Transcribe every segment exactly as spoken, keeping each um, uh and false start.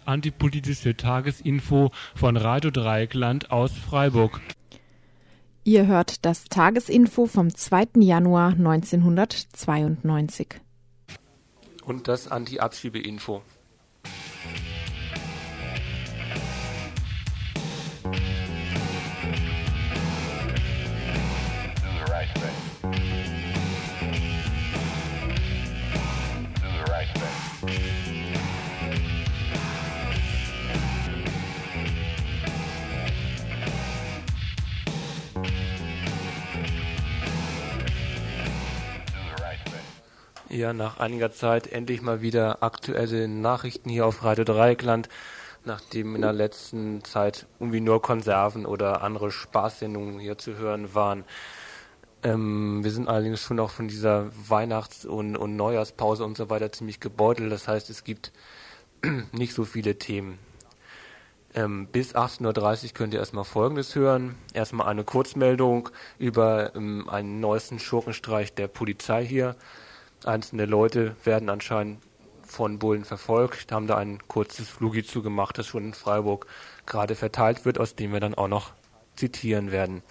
das antipolitische Tagesinfo von Radio Dreieckland aus Freiburg. Ihr hört das Tagesinfo vom zweiten Januar neunzehnhundertzweiundneunzig. Und das Anti-Abschiebe-Info. Ja, nach einiger Zeit endlich mal wieder aktuelle Nachrichten hier auf Radio Dreieckland, nachdem in der letzten Zeit irgendwie nur Konserven oder andere Spaßsendungen hier zu hören waren. Ähm, wir sind allerdings schon auch von dieser Weihnachts- und, und Neujahrspause und so weiter ziemlich gebeutelt. Das heißt, es gibt nicht so viele Themen. Ähm, bis achtzehn Uhr dreißig könnt ihr erstmal Folgendes hören. Erstmal eine Kurzmeldung über ähm, einen neuesten Schurkenstreich der Polizei hier. Einzelne Leute werden anscheinend von Bullen verfolgt, haben da ein kurzes Flugi zugemacht, das schon in Freiburg gerade verteilt wird, aus dem wir dann auch noch zitieren werden.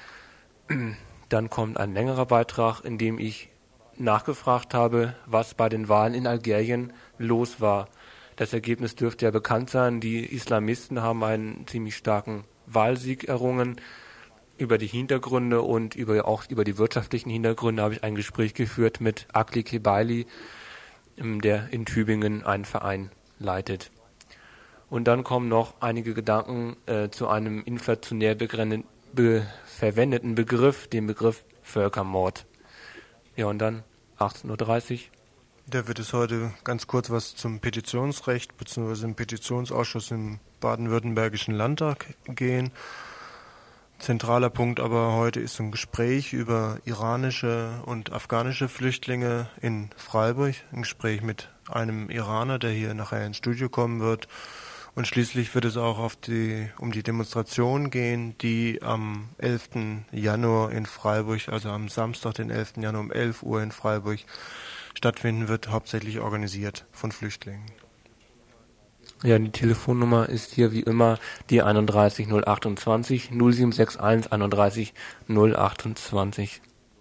Dann kommt ein längerer Beitrag, in dem ich nachgefragt habe, was bei den Wahlen in Algerien los war. Das Ergebnis dürfte ja bekannt sein. Die Islamisten haben einen ziemlich starken Wahlsieg errungen. Über die Hintergründe und über auch über die wirtschaftlichen Hintergründe habe ich ein Gespräch geführt mit Akli Kebaili, der in Tübingen einen Verein leitet. Und dann kommen noch einige Gedanken äh, zu einem inflationär begren- be- verwendeten Begriff, dem Begriff Völkermord. Ja, und dann achtzehn Uhr dreißig. Da wird es heute ganz kurz was zum Petitionsrecht bzw. im Petitionsausschuss im baden-württembergischen Landtag gehen. Zentraler Punkt aber heute ist ein Gespräch über iranische und afghanische Flüchtlinge in Freiburg. Ein Gespräch mit einem Iraner, der hier nachher ins Studio kommen wird. Und schließlich wird es auch auf die, um die Demonstration gehen, die am elften Januar in Freiburg, also am Samstag, den elften Januar um elf Uhr in Freiburg stattfinden wird, hauptsächlich organisiert von Flüchtlingen. Ja, die Telefonnummer ist hier wie immer die einunddreißig null achtundzwanzig null sieben sechs eins einunddreißig null achtundzwanzig.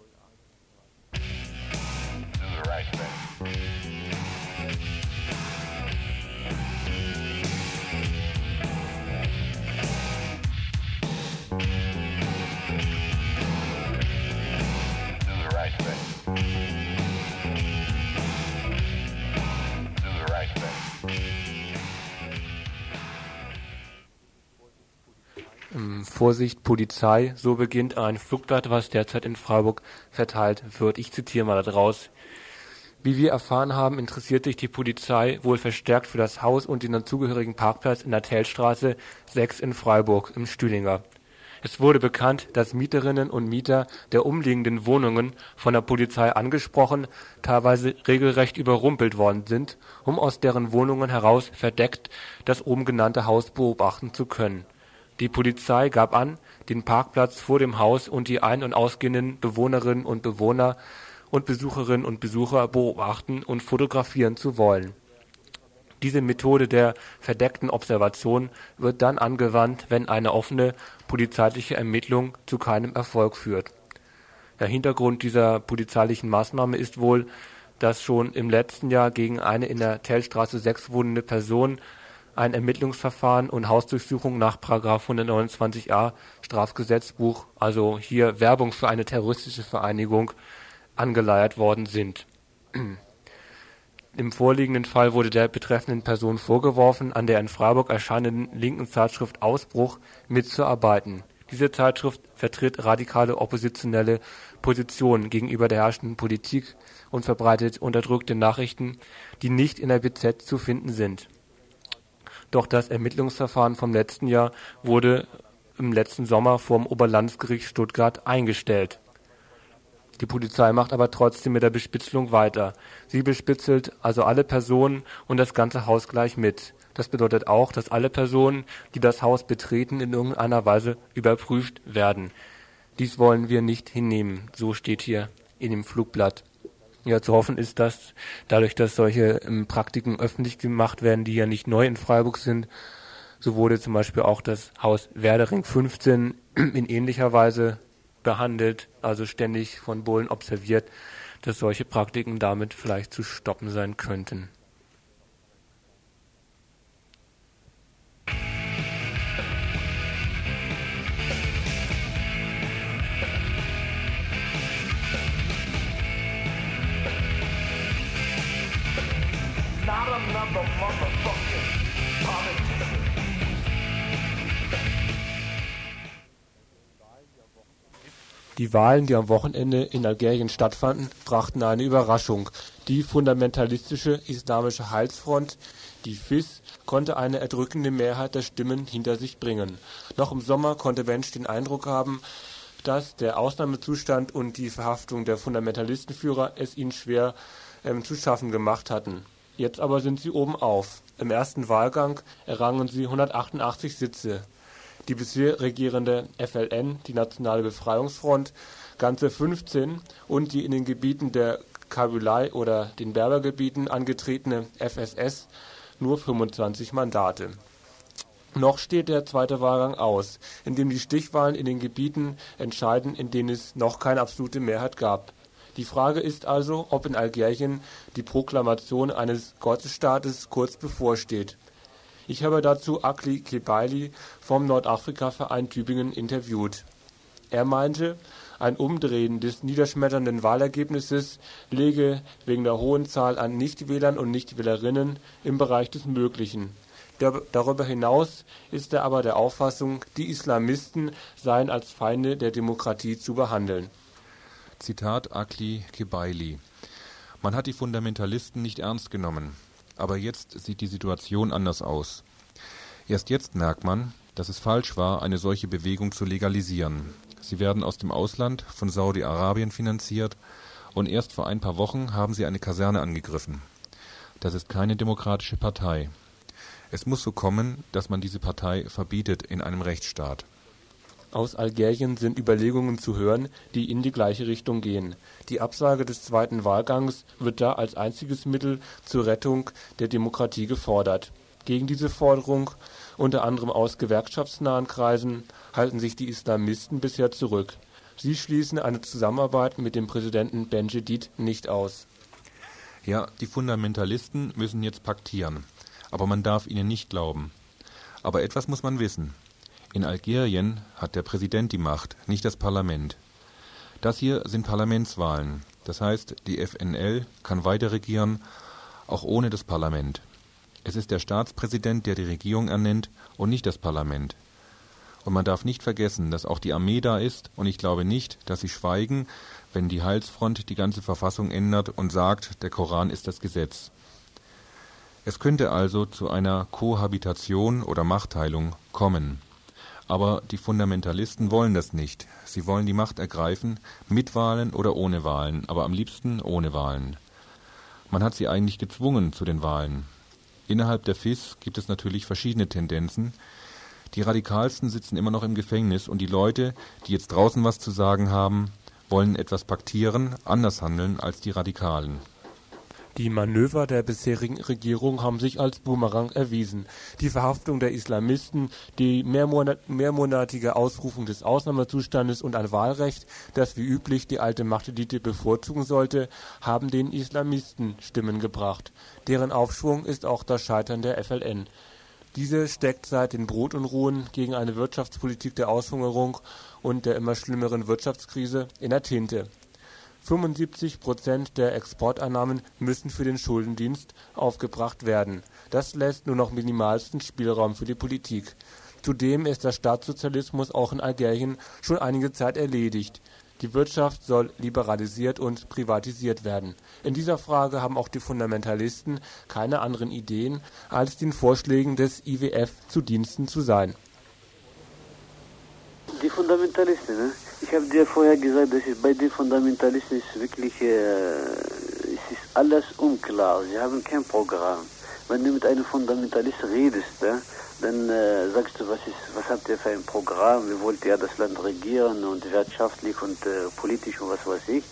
Vorsicht, Polizei, so beginnt ein Flugblatt, was derzeit in Freiburg verteilt wird. Ich zitiere mal daraus. Wie wir erfahren haben, interessiert sich die Polizei wohl verstärkt für das Haus und den dazugehörigen Parkplatz in der Tellstraße sechs in Freiburg im Stühlinger. Es wurde bekannt, dass Mieterinnen und Mieter der umliegenden Wohnungen von der Polizei angesprochen, teilweise regelrecht überrumpelt worden sind, um aus deren Wohnungen heraus verdeckt das oben genannte Haus beobachten zu können. Die Polizei gab an, den Parkplatz vor dem Haus und die ein- und ausgehenden Bewohnerinnen und Bewohner und Besucherinnen und Besucher beobachten und fotografieren zu wollen. Diese Methode der verdeckten Observation wird dann angewandt, wenn eine offene polizeiliche Ermittlung zu keinem Erfolg führt. Der Hintergrund dieser polizeilichen Maßnahme ist wohl, dass schon im letzten Jahr gegen eine in der Tellstraße sechs wohnende Person ein Ermittlungsverfahren und Hausdurchsuchung nach Paragraph hundertneunundzwanzig a Strafgesetzbuch, also hier Werbung für eine terroristische Vereinigung, angeleiert worden sind. Im vorliegenden Fall wurde der betreffenden Person vorgeworfen, an der in Freiburg erscheinenden linken Zeitschrift Ausbruch mitzuarbeiten. Diese Zeitschrift vertritt radikale oppositionelle Positionen gegenüber der herrschenden Politik und verbreitet unterdrückte Nachrichten, die nicht in der B Z zu finden sind. Doch das Ermittlungsverfahren vom letzten Jahr wurde im letzten Sommer vom Oberlandesgericht Stuttgart eingestellt. Die Polizei macht aber trotzdem mit der Bespitzelung weiter. Sie bespitzelt also alle Personen und das ganze Haus gleich mit. Das bedeutet auch, dass alle Personen, die das Haus betreten, in irgendeiner Weise überprüft werden. Dies wollen wir nicht hinnehmen, so steht hier in dem Flugblatt. Ja, zu hoffen ist, dass dadurch, dass solche ähm, Praktiken öffentlich gemacht werden, die ja nicht neu in Freiburg sind, so wurde zum Beispiel auch das Haus Werdering fünfzehn in ähnlicher Weise behandelt, also ständig von Bullen observiert, dass solche Praktiken damit vielleicht zu stoppen sein könnten. Die Wahlen, die am Wochenende in Algerien stattfanden, brachten eine Überraschung. Die fundamentalistische Islamische Heilsfront, die F I S, konnte eine erdrückende Mehrheit der Stimmen hinter sich bringen. Noch im Sommer konnte Mensch den Eindruck haben, dass der Ausnahmezustand und die Verhaftung der Fundamentalistenführer es ihnen schwer ähm, zu schaffen gemacht hatten. Jetzt aber sind sie oben auf. Im ersten Wahlgang errangen sie hundertachtundachtzig Sitze. Die bisher regierende F L N, die Nationale Befreiungsfront, ganze fünfzehn und die in den Gebieten der Kabylei oder den Berbergebieten angetretene F S S nur fünfundzwanzig Mandate. Noch steht der zweite Wahlgang aus, in dem die Stichwahlen in den Gebieten entscheiden, in denen es noch keine absolute Mehrheit gab. Die Frage ist also, ob in Algerien die Proklamation eines Gottesstaates kurz bevorsteht. Ich habe dazu Akli Kebaili vom Nordafrika-Verein Tübingen interviewt. Er meinte, ein Umdrehen des niederschmetternden Wahlergebnisses läge wegen der hohen Zahl an Nichtwählern und Nichtwählerinnen im Bereich des Möglichen. Der, darüber hinaus ist er aber der Auffassung, die Islamisten seien als Feinde der Demokratie zu behandeln. Zitat Akli Kebaili: Man hat die Fundamentalisten nicht ernst genommen. Aber jetzt sieht die Situation anders aus. Erst jetzt merkt man, dass es falsch war, eine solche Bewegung zu legalisieren. Sie werden aus dem Ausland von Saudi-Arabien finanziert und erst vor ein paar Wochen haben sie eine Kaserne angegriffen. Das ist keine demokratische Partei. Es muss so kommen, dass man diese Partei verbietet in einem Rechtsstaat. Aus Algerien sind Überlegungen zu hören, die in die gleiche Richtung gehen. Die Absage des zweiten Wahlgangs wird da als einziges Mittel zur Rettung der Demokratie gefordert. Gegen diese Forderung, unter anderem aus gewerkschaftsnahen Kreisen, halten sich die Islamisten bisher zurück. Sie schließen eine Zusammenarbeit mit dem Präsidenten Benjedid nicht aus. Ja, die Fundamentalisten müssen jetzt paktieren, aber man darf ihnen nicht glauben. Aber etwas muss man wissen. In Algerien hat der Präsident die Macht, nicht das Parlament. Das hier sind Parlamentswahlen. Das heißt, die F N L kann weiter regieren, auch ohne das Parlament. Es ist der Staatspräsident, der die Regierung ernennt und nicht das Parlament. Und man darf nicht vergessen, dass auch die Armee da ist und ich glaube nicht, dass sie schweigen, wenn die Heilsfront die ganze Verfassung ändert und sagt, der Koran ist das Gesetz. Es könnte also zu einer Kohabitation oder Machtteilung kommen. Aber die Fundamentalisten wollen das nicht. Sie wollen die Macht ergreifen, mit Wahlen oder ohne Wahlen, aber am liebsten ohne Wahlen. Man hat sie eigentlich gezwungen zu den Wahlen. Innerhalb der F I S gibt es natürlich verschiedene Tendenzen. Die Radikalsten sitzen immer noch im Gefängnis und die Leute, die jetzt draußen was zu sagen haben, wollen etwas paktieren, anders handeln als die Radikalen. Die Manöver der bisherigen Regierung haben sich als Boomerang erwiesen. Die Verhaftung der Islamisten, die mehrmonat mehrmonatige Ausrufung des Ausnahmezustandes und ein Wahlrecht, das wie üblich die alte Machtelite bevorzugen sollte, haben den Islamisten Stimmen gebracht. Deren Aufschwung ist auch das Scheitern der F L N. Diese steckt seit den Brotunruhen gegen eine Wirtschaftspolitik der Aushungerung und der immer schlimmeren Wirtschaftskrise in der Tinte. fünfundsiebzig Prozent der Exporteinnahmen müssen für den Schuldendienst aufgebracht werden. Das lässt nur noch minimalsten Spielraum für die Politik. Zudem ist der Staatssozialismus auch in Algerien schon einige Zeit erledigt. Die Wirtschaft soll liberalisiert und privatisiert werden. In dieser Frage haben auch die Fundamentalisten keine anderen Ideen, als den Vorschlägen des I W F zu Diensten zu sein. Die Fundamentalisten, ne? Ich habe dir vorher gesagt, dass es bei den Fundamentalisten ist wirklich, äh, es ist alles unklar. Sie haben kein Programm. Wenn du mit einem Fundamentalist redest, ja, dann äh, sagst du, was ist, was habt ihr für ein Programm? Wie wollt ihr das Land regieren und wirtschaftlich und äh, politisch und was weiß ich?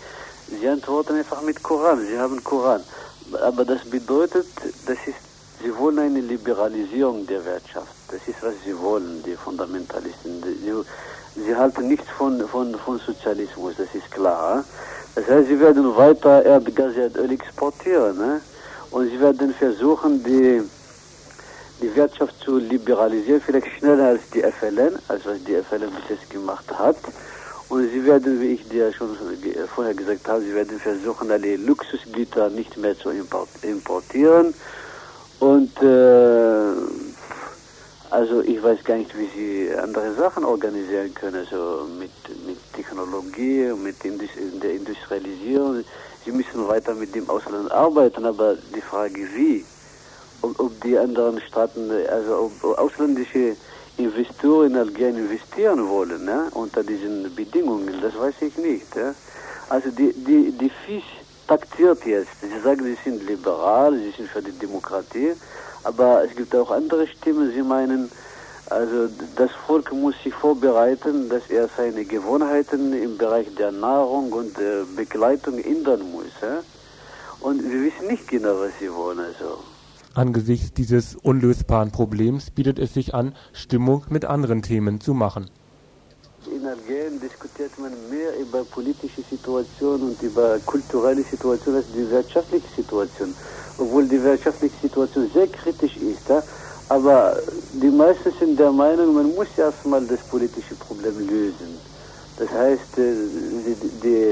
Sie antworten einfach mit Koran, sie haben Koran. Aber das bedeutet, das ist, sie wollen eine Liberalisierung der Wirtschaft. Das ist, was sie wollen, die Fundamentalisten. Sie, sie halten nichts von, von, von Sozialismus, das ist klar. Das heißt, sie werden weiter Erdgas, Erdöl exportieren. Ne? Und sie werden versuchen, die, die Wirtschaft zu liberalisieren, vielleicht schneller als die F L N, als was die F L N bis jetzt gemacht hat. Und sie werden, wie ich dir schon vorher gesagt habe, sie werden versuchen, alle Luxusgüter nicht mehr zu importieren. Und äh, also ich weiß gar nicht, wie sie andere Sachen organisieren können, so mit, mit Technologie, mit Indus der Industrialisierung. Sie müssen weiter mit dem Ausland arbeiten, aber die Frage wie, ob, ob die anderen Staaten, also ob ausländische Investoren in Algerien investieren wollen, ne, unter diesen Bedingungen, das weiß ich nicht. Ja. Also die, die, die Fisch taktiert jetzt. Sie sagen, sie sind liberal, sie sind für die Demokratie, aber es gibt auch andere Stimmen, sie meinen, also das Volk muss sich vorbereiten, dass er seine Gewohnheiten im Bereich der Nahrung und der Begleitung ändern muss. Ja. Und wir wissen nicht genau, was sie wollen. Also. Angesichts dieses unlösbaren Problems bietet es sich an, Stimmung mit anderen Themen zu machen. In Algerien diskutiert man mehr über politische Situation und über kulturelle Situation als die wirtschaftliche Situation. Obwohl die wirtschaftliche Situation sehr kritisch ist. Ja? Aber die meisten sind der Meinung, man muss erstmal das politische Problem lösen. Das heißt, die, die,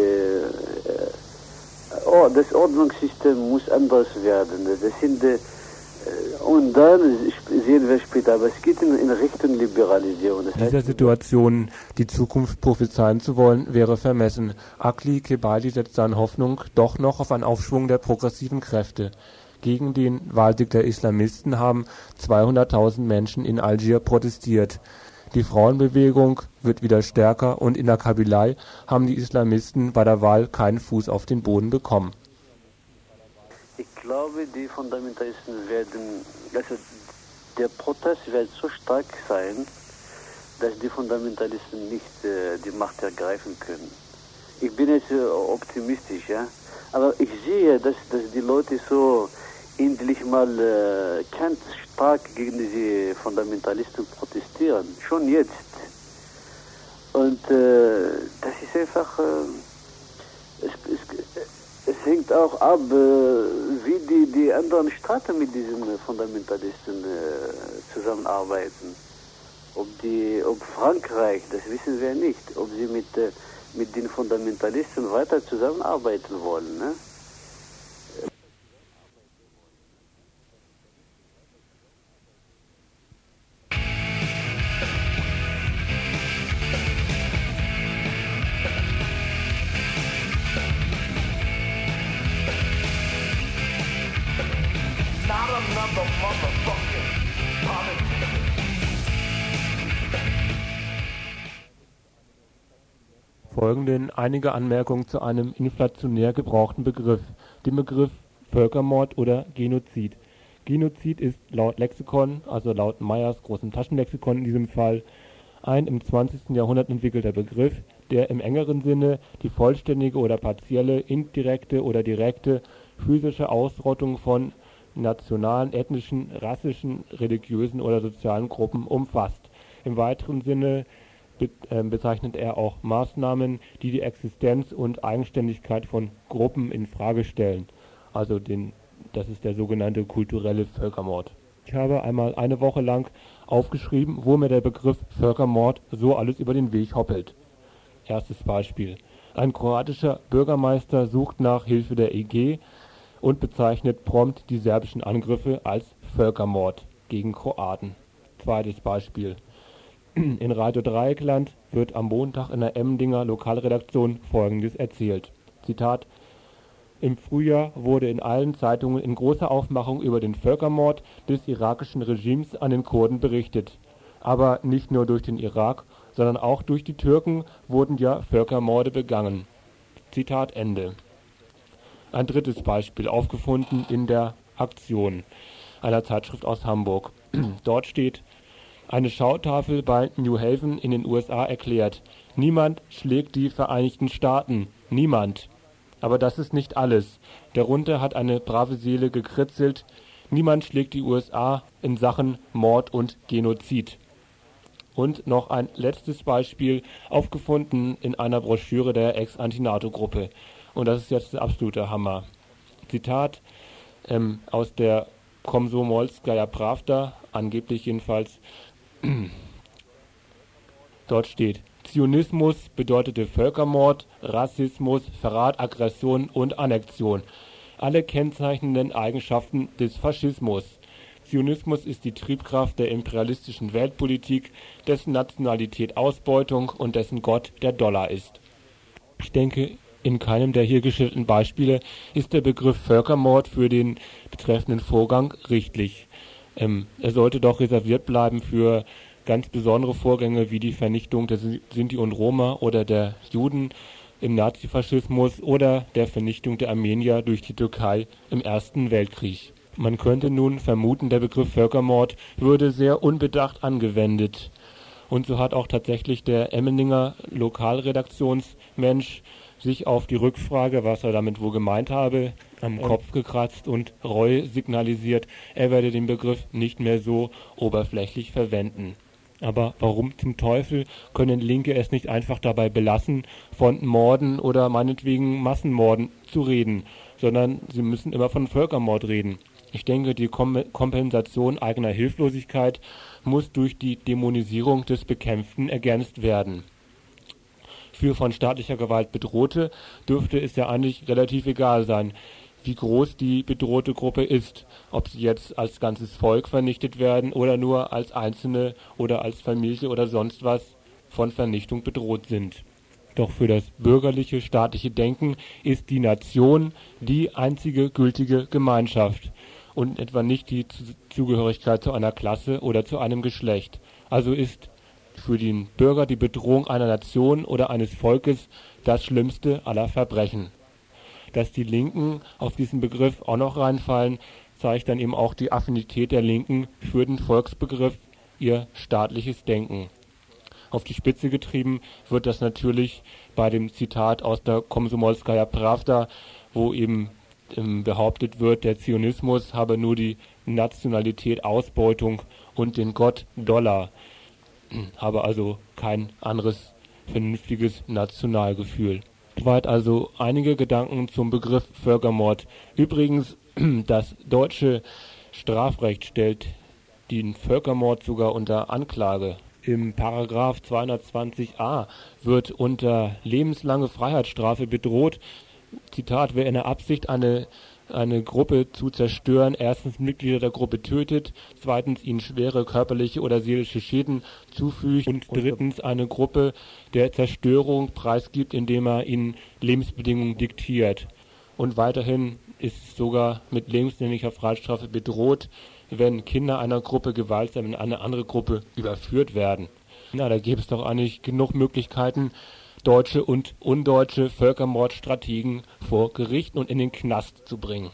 oh, das Ordnungssystem muss anders werden. Das sind Und dann sehen wir später, aber es geht in, in Richtung Liberalisierung. Das Dieser heißt, Situation die Zukunft prophezeien zu wollen, wäre vermessen. Akli Kebali setzt seine Hoffnung doch noch auf einen Aufschwung der progressiven Kräfte. Gegen den Wahlsieg der Islamisten haben zweihunderttausend Menschen in Algier protestiert. Die Frauenbewegung wird wieder stärker und in der Kabylei haben die Islamisten bei der Wahl keinen Fuß auf den Boden bekommen. Ich glaube, die Fundamentalisten werden, also der Protest wird so stark sein, dass die Fundamentalisten nicht äh, die Macht ergreifen können. Ich bin jetzt äh, optimistisch, ja, aber ich sehe, dass, dass die Leute so endlich mal äh, ganz stark gegen diese Fundamentalisten protestieren, schon jetzt. Und äh, das ist einfach, äh, es, es, es hängt auch ab, äh, wie die, die anderen Staaten mit diesen Fundamentalisten äh, zusammenarbeiten. Ob, die, ob Frankreich, das wissen wir nicht, ob sie mit, äh, mit den Fundamentalisten weiter zusammenarbeiten wollen. Ne? Folgenden einige Anmerkungen zu einem inflationär gebrauchten Begriff, dem Begriff Völkermord oder Genozid. Genozid ist laut Lexikon, also laut Meyers großem Taschenlexikon in diesem Fall, ein im zwanzigsten Jahrhundert entwickelter Begriff, der im engeren Sinne die vollständige oder partielle, indirekte oder direkte physische Ausrottung von nationalen, ethnischen, rassischen, religiösen oder sozialen Gruppen umfasst. Im weiteren Sinne be äh, bezeichnet er auch Maßnahmen, die die Existenz und Eigenständigkeit von Gruppen in Frage stellen. Also den, das ist der sogenannte kulturelle Völkermord. Ich habe einmal eine Woche lang aufgeschrieben, wo mir der Begriff Völkermord so alles über den Weg hoppelt. Erstes Beispiel. Ein kroatischer Bürgermeister sucht nach Hilfe der E G und bezeichnet prompt die serbischen Angriffe als Völkermord gegen Kroaten. Zweites Beispiel. In Radio Dreieckland wird am Montag in der Emdinger Lokalredaktion Folgendes erzählt. Zitat: Im Frühjahr wurde in allen Zeitungen in großer Aufmachung über den Völkermord des irakischen Regimes an den Kurden berichtet. Aber nicht nur durch den Irak, sondern auch durch die Türken wurden ja Völkermorde begangen. Zitat Ende. Ein drittes Beispiel, aufgefunden in der Aktion, einer Zeitschrift aus Hamburg. Dort steht: Eine Schautafel bei New Haven in den U S A erklärt: Niemand schlägt die Vereinigten Staaten. Niemand. Aber das ist nicht alles. Darunter hat eine brave Seele gekritzelt: Niemand schlägt die U S A in Sachen Mord und Genozid. Und noch ein letztes Beispiel, aufgefunden in einer Broschüre der Ex-Anti-NATO-Gruppe. Und das ist jetzt der absolute Hammer. Zitat ähm, aus der Komsomolskaja Prawda, angeblich jedenfalls. Dort steht: Zionismus bedeutete Völkermord, Rassismus, Verrat, Aggression und Annexion. Alle kennzeichnenden Eigenschaften des Faschismus. Zionismus ist die Triebkraft der imperialistischen Weltpolitik, dessen Nationalität Ausbeutung und dessen Gott der Dollar ist. Ich denke, in keinem der hier geschilderten Beispiele ist der Begriff Völkermord für den betreffenden Vorgang richtig. Ähm, er sollte doch reserviert bleiben für ganz besondere Vorgänge wie die Vernichtung der Sinti und Roma oder der Juden im Nazifaschismus oder der Vernichtung der Armenier durch die Türkei im Ersten Weltkrieg. Man könnte nun vermuten, der Begriff Völkermord würde sehr unbedacht angewendet. Und so hat auch tatsächlich der Emmeninger Lokalredaktionsmensch sich auf die Rückfrage, was er damit wohl gemeint habe, am Kopf gekratzt und Reue signalisiert, er werde den Begriff nicht mehr so oberflächlich verwenden. Aber warum zum Teufel können Linke es nicht einfach dabei belassen, von Morden oder meinetwegen Massenmorden zu reden, sondern sie müssen immer von Völkermord reden. Ich denke, die Kom- Kompensation eigener Hilflosigkeit muss durch die Dämonisierung des Bekämpften ergänzt werden. Für von staatlicher Gewalt Bedrohte dürfte es ja eigentlich relativ egal sein, wie groß die bedrohte Gruppe ist, ob sie jetzt als ganzes Volk vernichtet werden oder nur als Einzelne oder als Familie oder sonst was von Vernichtung bedroht sind. Doch für das bürgerliche staatliche Denken ist die Nation die einzige gültige Gemeinschaft und etwa nicht die Zugehörigkeit zu einer Klasse oder zu einem Geschlecht. Also ist für den Bürger die Bedrohung einer Nation oder eines Volkes das schlimmste aller Verbrechen. Dass die Linken auf diesen Begriff auch noch reinfallen, zeigt dann eben auch die Affinität der Linken für den Volksbegriff, ihr staatliches Denken. Auf die Spitze getrieben wird das natürlich bei dem Zitat aus der Komsomolskaja Prawda, wo eben ähm, behauptet wird, der Zionismus habe nur die Nationalität Ausbeutung und den Gott Dollar, habe also kein anderes vernünftiges Nationalgefühl. Soweit also einige Gedanken zum Begriff Völkermord. Übrigens, das deutsche Strafrecht stellt den Völkermord sogar unter Anklage. Im Paragraph zweihundertzwanzig a wird unter lebenslange Freiheitsstrafe bedroht, Zitat, wer in der Absicht eine eine Gruppe zu zerstören, erstens Mitglieder der Gruppe tötet, zweitens ihnen schwere körperliche oder seelische Schäden zufügt und drittens eine Gruppe der Zerstörung preisgibt, indem er ihnen Lebensbedingungen diktiert. Und weiterhin ist sogar mit lebenslänglicher Freiheitsstrafe bedroht, wenn Kinder einer Gruppe gewaltsam in eine andere Gruppe überführt werden. Na, da gäbe es doch eigentlich genug Möglichkeiten, deutsche und undeutsche Völkermordstrategen vor Gericht und in den Knast zu bringen.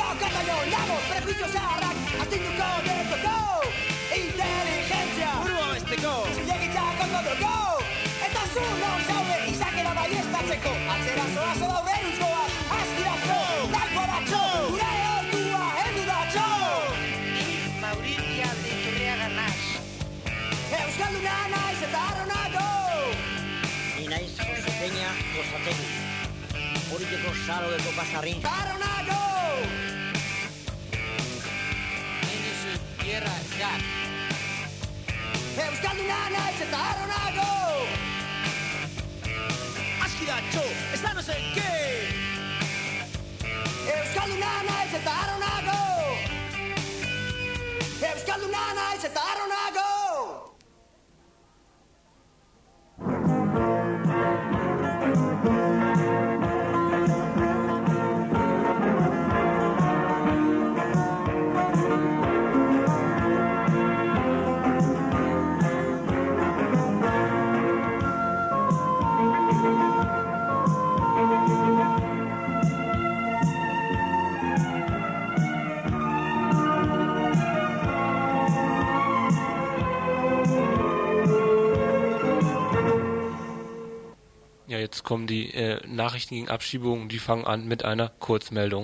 Político Salodeko Pasarrín. ¡Taronago! Minisi tierra gat. Euskalduna naiz eta Taronago! Aski da txo, ez da no sé qué! Euskalduna naiz eta Taronago! Euskalduna naiz eta Taronago! Jetzt kommen die äh, Nachrichten gegen Abschiebungen, die fangen an mit einer Kurzmeldung.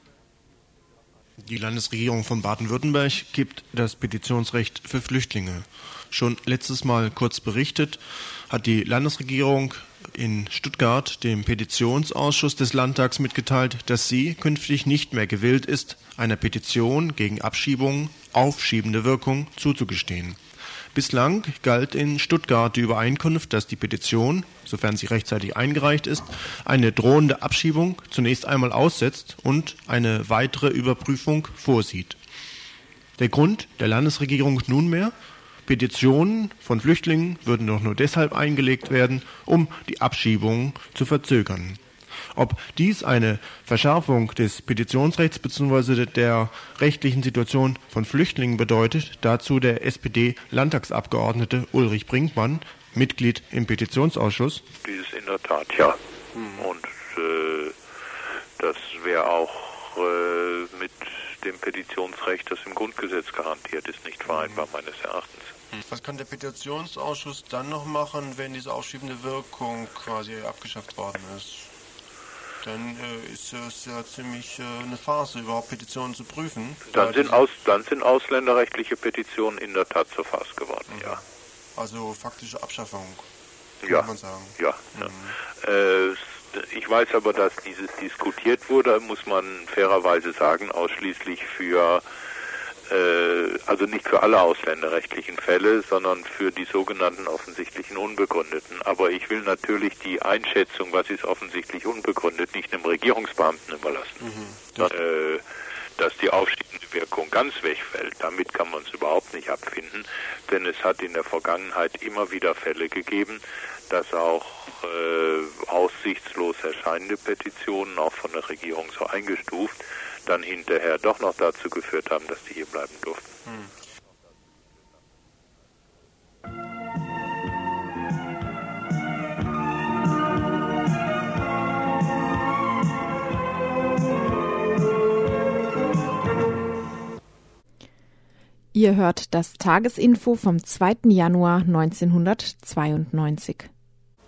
Die Landesregierung von Baden-Württemberg gibt das Petitionsrecht für Flüchtlinge. Schon letztes Mal kurz berichtet, hat die Landesregierung in Stuttgart dem Petitionsausschuss des Landtags mitgeteilt, dass sie künftig nicht mehr gewillt ist, einer Petition gegen Abschiebungen aufschiebende Wirkung zuzugestehen. Bislang galt in Stuttgart die Übereinkunft, dass die Petition, sofern sie rechtzeitig eingereicht ist, eine drohende Abschiebung zunächst einmal aussetzt und eine weitere Überprüfung vorsieht. Der Grund der Landesregierung nunmehr: Petitionen von Flüchtlingen würden doch nur deshalb eingelegt werden, um die Abschiebung zu verzögern. Ob dies eine Verschärfung des Petitionsrechts bzw. der rechtlichen Situation von Flüchtlingen bedeutet, dazu der S P D-Landtagsabgeordnete Ulrich Brinkmann, Mitglied im Petitionsausschuss. Dieses in der Tat, ja. Hm. Und äh, das wäre auch äh, mit dem Petitionsrecht, das im Grundgesetz garantiert ist, nicht vereinbar, meines Erachtens. Was kann der Petitionsausschuss dann noch machen, wenn diese aufschiebende Wirkung quasi abgeschafft worden ist? Dann äh, ist es ja ziemlich äh, eine Phase, überhaupt Petitionen zu prüfen. Dann sind, aus, dann sind ausländerrechtliche Petitionen in der Tat zur Farce geworden, mhm. ja. Also faktische Abschaffung, ja. kann man sagen. Ja, mhm. ja. Äh, ich weiß aber, dass dieses diskutiert wurde, muss man fairerweise sagen, ausschließlich für also nicht für alle ausländerrechtlichen Fälle, sondern für die sogenannten offensichtlichen Unbegründeten. Aber ich will natürlich die Einschätzung, was ist offensichtlich unbegründet, nicht einem Regierungsbeamten überlassen. Mhm. Dass, äh, dass die aufschiebende Wirkung ganz wegfällt, damit kann man es überhaupt nicht abfinden, denn es hat in der Vergangenheit immer wieder Fälle gegeben, dass auch äh, aussichtslos erscheinende Petitionen, auch von der Regierung so eingestuft, dann hinterher doch noch dazu geführt haben, dass die hier bleiben durften. Hm. Ihr hört das Tagesinfo vom zweiten Januar neunzehnhundertzweiundneunzig.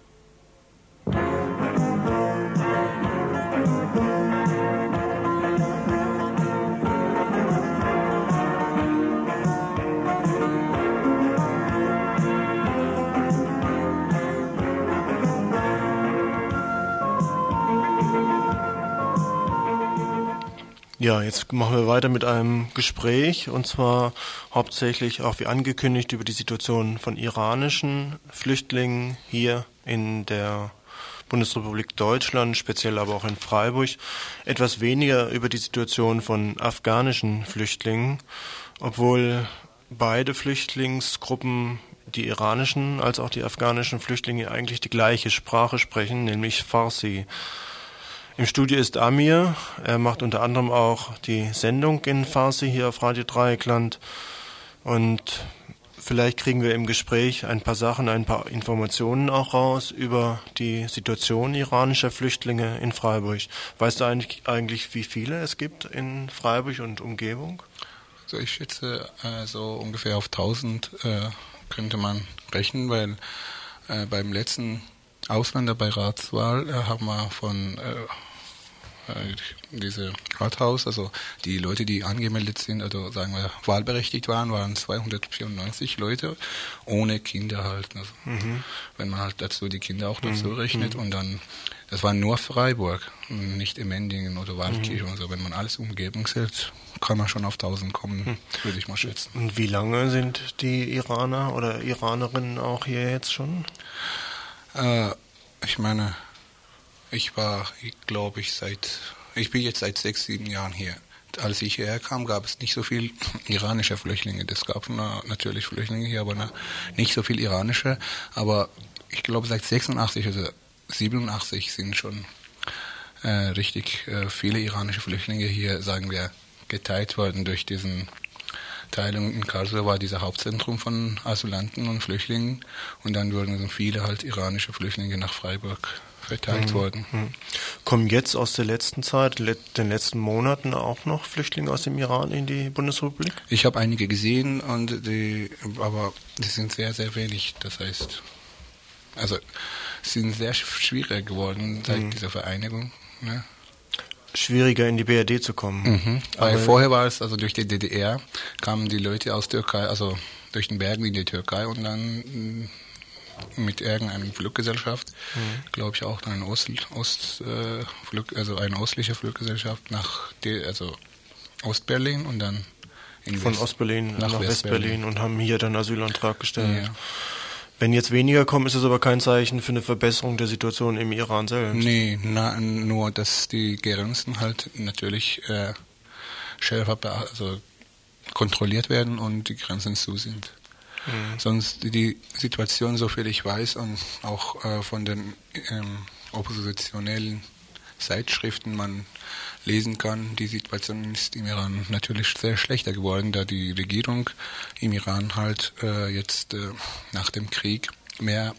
Ja, jetzt machen wir weiter mit einem Gespräch, und zwar hauptsächlich auch wie angekündigt über die Situation von iranischen Flüchtlingen hier in der Bundesrepublik Deutschland, speziell aber auch in Freiburg. Etwas weniger über die Situation von afghanischen Flüchtlingen, obwohl beide Flüchtlingsgruppen, die iranischen als auch die afghanischen Flüchtlinge, eigentlich die gleiche Sprache sprechen, nämlich Farsi. Im Studio ist Amir, er macht unter anderem auch die Sendung in Farsi hier auf Radio Dreieckland, und vielleicht kriegen wir im Gespräch ein paar Sachen, ein paar Informationen auch raus über die Situation iranischer Flüchtlinge in Freiburg. Weißt du eigentlich, eigentlich wie viele es gibt in Freiburg und Umgebung? So, ich schätze, äh, so ungefähr auf tausend äh, könnte man rechnen, weil äh, beim letzten Ausländerbeiratswahl äh, haben wir von äh, äh, diese Rathaus, also die Leute, die angemeldet sind, also sagen wir wahlberechtigt waren, waren zweihundertvierundneunzig Leute, ohne Kinder halt. Also, mhm. Wenn man halt dazu die Kinder auch dazu mhm. rechnet und dann, das war nur Freiburg, nicht Emmendingen oder Waldkirch mhm. und so. Wenn man alles Umgebung zählt, kann man schon auf tausend kommen, mhm. würde ich mal schätzen. Und wie lange sind die Iraner oder Iranerinnen auch hier jetzt schon? Äh, ich meine, ich war, glaube ich, seit, ich bin jetzt seit sechs, sieben Jahren hier. Als ich hierher kam, gab es nicht so viel iranische Flüchtlinge. Es gab na, natürlich Flüchtlinge hier, aber na, nicht so viel iranische. Aber ich glaube, seit sechsundachtzig oder siebenundachtzig sind schon äh, richtig äh, viele iranische Flüchtlinge hier, sagen wir, geteilt worden durch diesen Teilung. In Karlsruhe war dieser Hauptzentrum von Asylanten und Flüchtlingen und dann wurden viele halt iranische Flüchtlinge nach Freiburg verteilt mhm. worden. Mhm. Kommen jetzt aus der letzten Zeit, le- den letzten Monaten auch noch Flüchtlinge aus dem Iran in die Bundesrepublik? Ich habe einige gesehen, und die, aber die sind sehr, sehr wenig. Das heißt, also sind sehr schwieriger geworden seit mhm. dieser Vereinigung. Ne? Schwieriger in die B R D zu kommen. Mhm. Weil vorher war es, also durch die D D R kamen die Leute aus Türkei, also durch den Bergen in die Türkei und dann mit irgendeiner Fluggesellschaft, mhm. glaube ich auch eine Ost, Ost äh, Flug, also eine ostliche Fluggesellschaft nach die, also Ostberlin und dann in von West, Ostberlin nach, nach Westberlin West und haben hier dann Asylantrag gestellt. Ja. Wenn jetzt weniger kommen, ist es aber kein Zeichen für eine Verbesserung der Situation im Iran selbst. Nee, na, nur dass die Grenzen halt natürlich äh, schärfer also kontrolliert werden und die Grenzen zu sind. Mhm. Sonst die Situation, soviel ich weiß, und auch äh, von den ähm, oppositionellen Zeitschriften man lesen kann, die Situation ist im Iran natürlich sehr schlechter geworden, da die Regierung im Iran halt äh, jetzt äh, nach dem Krieg mehr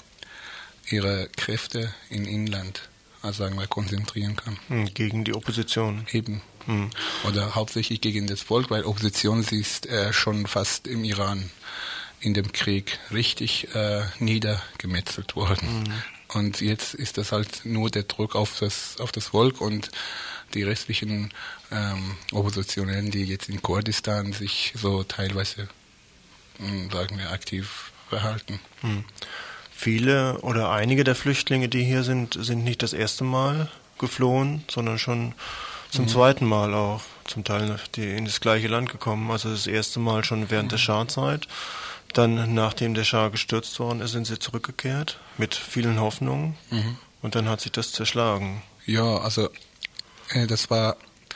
ihre Kräfte im Inland, also sagen wir, konzentrieren kann. Gegen die Opposition. Eben. Hm. Oder hauptsächlich gegen das Volk, weil Opposition ist äh, schon fast im Iran in dem Krieg richtig äh, niedergemetzelt worden. Mhm. Und jetzt ist das halt nur der Druck auf das, auf das Volk und die restlichen ähm, Oppositionellen, die jetzt in Kurdistan sich so teilweise, mh, sagen wir, aktiv verhalten. Mhm. Viele oder einige der Flüchtlinge, die hier sind, sind nicht das erste Mal geflohen, sondern schon zum mhm. zweiten Mal auch, zum Teil die in das gleiche Land gekommen. Also das erste Mal schon während mhm. der Schah-Zeit. Dann, nachdem der Schah gestürzt worden ist, sind sie zurückgekehrt mit vielen Hoffnungen mhm. und dann hat sich das zerschlagen. Ja, also äh, das war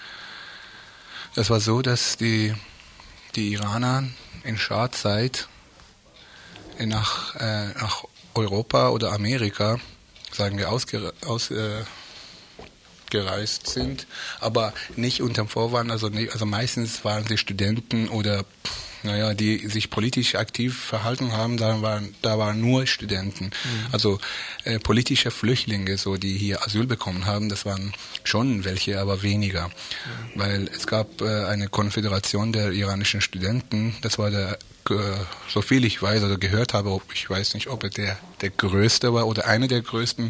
das war so, dass die die Iraner in Schah-Zeit äh, nach äh, nach Europa oder Amerika, sagen wir, ausgereist aus, äh, gereist sind, aber nicht unterm Vorwand, also nicht, also meistens waren sie Studenten oder naja, die sich politisch aktiv verhalten haben, da waren, da waren nur Studenten. Mhm. Also äh, politische Flüchtlinge, so die hier Asyl bekommen haben, das waren schon welche, aber weniger. Mhm. Weil es gab äh, eine Konföderation der iranischen Studenten, das war der, äh, so viel ich weiß oder gehört habe, ich weiß nicht, ob er der, der größte war oder eine der größten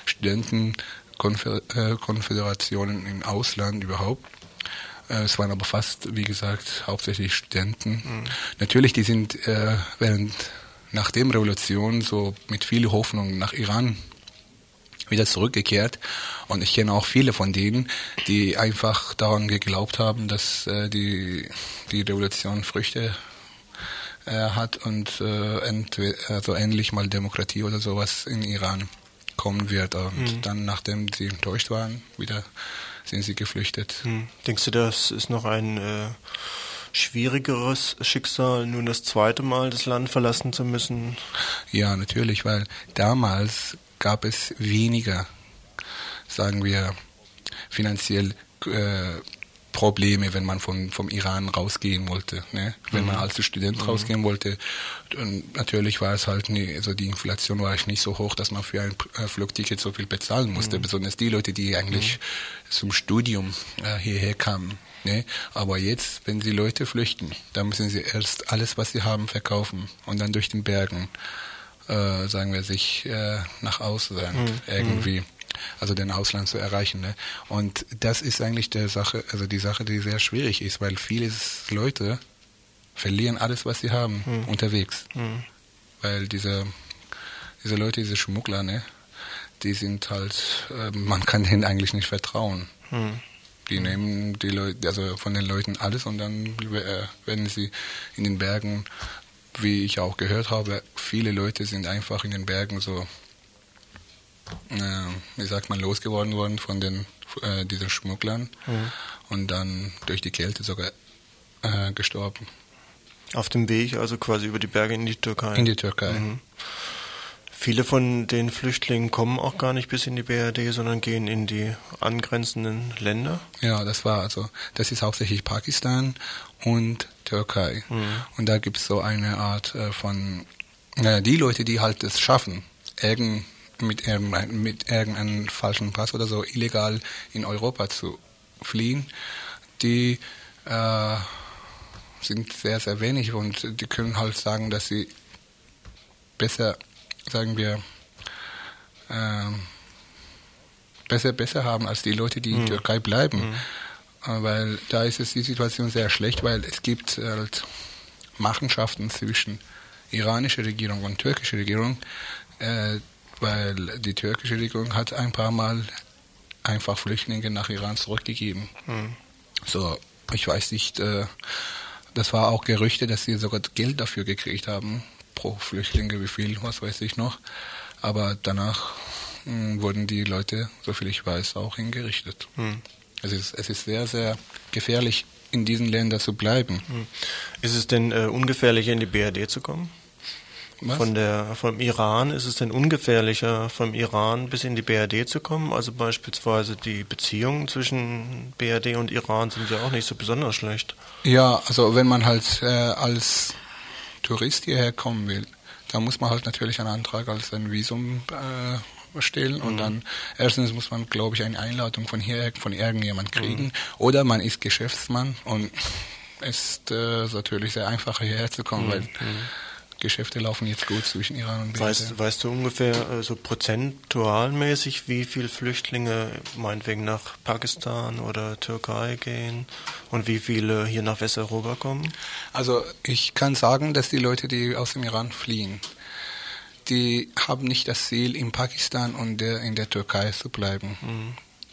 Studentenkonföderationen im Ausland überhaupt. Es waren aber fast, wie gesagt, hauptsächlich Studenten. Mhm. Natürlich, die sind äh, während nach der Revolution so mit viel Hoffnung nach Iran wieder zurückgekehrt. Und ich kenne auch viele von denen, die einfach daran geglaubt haben, dass äh, die die Revolution Früchte äh, hat und äh, entweder, also endlich mal Demokratie oder sowas in Iran kommen wird. Und mhm. dann, nachdem sie enttäuscht waren, wieder sind sie geflüchtet. Hm. Denkst du, das ist noch ein äh, schwierigeres Schicksal, nun das zweite Mal das Land verlassen zu müssen? Ja, natürlich, weil damals gab es weniger, sagen wir, finanziell äh, Probleme, wenn man von, vom Iran rausgehen wollte. Ne? Wenn mhm. man als Student mhm. rausgehen wollte, und natürlich war es halt, nie, also die Inflation war nicht so hoch, dass man für ein Flugticket so viel bezahlen musste, mhm. besonders die Leute, die eigentlich mhm. zum Studium äh, hierher kamen. Ne? Aber jetzt, wenn die Leute flüchten, dann müssen sie erst alles, was sie haben, verkaufen und dann durch den Bergen, äh, sagen wir, sich äh, nach außen mhm. irgendwie. Also den Ausland zu erreichen. Ne? Und das ist eigentlich der Sache, also die Sache, die sehr schwierig ist, weil viele Leute verlieren alles, was sie haben, hm. unterwegs. Hm. Weil diese, diese Leute, diese Schmuggler, ne, die sind halt, äh, man kann denen eigentlich nicht vertrauen. Hm. Die hm. nehmen die Leute, also von den Leuten alles und dann äh, werden sie in den Bergen, wie ich auch gehört habe, viele Leute sind einfach in den Bergen so, wie sagt man, losgeworden worden von den äh, diesen Schmugglern mhm. und dann durch die Kälte sogar äh, gestorben. Auf dem Weg, also quasi über die Berge in die Türkei? In die Türkei. Mhm. Viele von den Flüchtlingen kommen auch gar nicht bis in die B R D, sondern gehen in die angrenzenden Länder? Ja, das war also, das ist hauptsächlich Pakistan und Türkei. Mhm. Und da gibt es so eine Art äh, von, äh, die Leute, die halt es schaffen, irgendein mit, irgendein, mit irgendeinem falschen Pass oder so illegal in Europa zu fliehen, die äh, sind sehr, sehr wenig und die können halt sagen, dass sie besser, sagen wir, äh, besser, besser haben als die Leute, die in der mhm. Türkei bleiben. Mhm. Äh, weil da ist es die Situation sehr schlecht, weil es gibt halt Machenschaften zwischen iranischer Regierung und türkischer Regierung, äh, weil die türkische Regierung hat ein paar Mal einfach Flüchtlinge nach Iran zurückgegeben. Mhm. So, ich weiß nicht, äh, das war auch Gerüchte, dass sie sogar Geld dafür gekriegt haben, pro Flüchtlinge, wie viel, was weiß ich noch. Aber danach mh, wurden die Leute, soviel ich weiß, auch hingerichtet. Mhm. Es ist, es ist sehr, sehr gefährlich, in diesen Ländern zu bleiben. Mhm. Ist es denn äh, ungefährlicher, in die B R D zu kommen? Was? Von der, vom Iran, ist es denn ungefährlicher, vom Iran bis in die B R D zu kommen? Also beispielsweise die Beziehungen zwischen B R D und Iran sind ja auch nicht so besonders schlecht. Ja, also wenn man halt äh, als Tourist hierher kommen will, da muss man halt natürlich einen Antrag als ein Visum äh, stellen mhm. und dann erstens muss man, glaube ich, eine Einladung von hier, von irgendjemand kriegen mhm. oder man ist Geschäftsmann und ist äh, natürlich sehr einfach hierher zu kommen, mhm. weil Geschäfte laufen jetzt gut zwischen Iran und B R D. Weißt, weißt du ungefähr äh, so prozentualmäßig, wie viele Flüchtlinge meinetwegen nach Pakistan oder Türkei gehen und wie viele hier nach Westeuropa kommen? Also ich kann sagen, dass die Leute, die aus dem Iran fliehen, die haben nicht das Ziel, in Pakistan und der, in der Türkei zu bleiben. Mhm.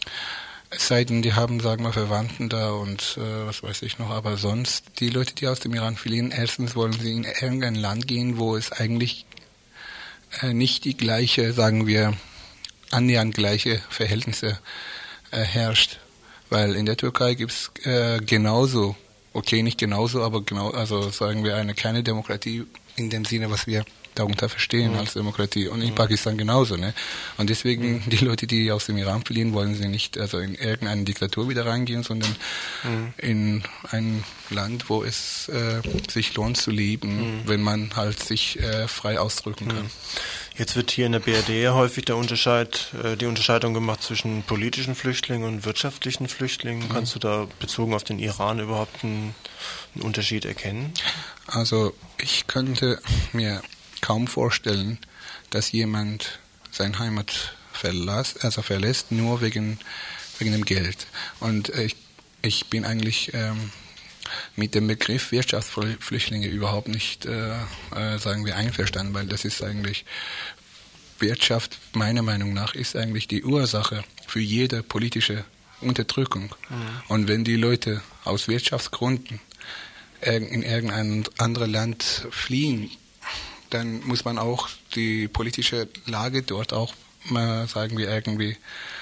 Es sei denn, die haben, sagen wir, Verwandten da und äh, was weiß ich noch, aber sonst, die Leute, die aus dem Iran fliehen, erstens wollen sie in irgendein Land gehen, wo es eigentlich äh, nicht die gleiche, sagen wir, annähernd gleiche Verhältnisse äh, herrscht. Weil in der Türkei gibt es äh, genauso, okay, nicht genauso, aber genau, also sagen wir, eine kleine Demokratie in dem Sinne, was wir darunter verstehen mhm. als Demokratie und in mhm. Pakistan genauso, ne? Und deswegen mhm. die Leute, die aus dem Iran fliehen, wollen sie nicht also in irgendeine Diktatur wieder reingehen, sondern mhm. in ein Land, wo es äh, sich lohnt zu leben, mhm. wenn man halt sich äh, frei ausdrücken kann. Jetzt wird hier in der B R D ja häufig der Unterscheid, äh, die Unterscheidung gemacht zwischen politischen Flüchtlingen und wirtschaftlichen Flüchtlingen. Mhm. Kannst du da bezogen auf den Iran überhaupt einen, einen Unterschied erkennen? Also ich könnte mir kaum vorstellen, dass jemand seine Heimat verlässt, also verlässt, nur wegen, wegen dem Geld. Und ich, ich bin eigentlich ähm, mit dem Begriff Wirtschaftsflüchtlinge überhaupt nicht, äh, äh, sagen wir, einverstanden, weil das ist eigentlich, Wirtschaft, meiner Meinung nach, ist eigentlich die Ursache für jede politische Unterdrückung. Mhm. Und wenn die Leute aus Wirtschaftsgründen in irgendein anderes Land fliehen, dann muss man auch die politische Lage dort auch mal, sagen wir, irgendwie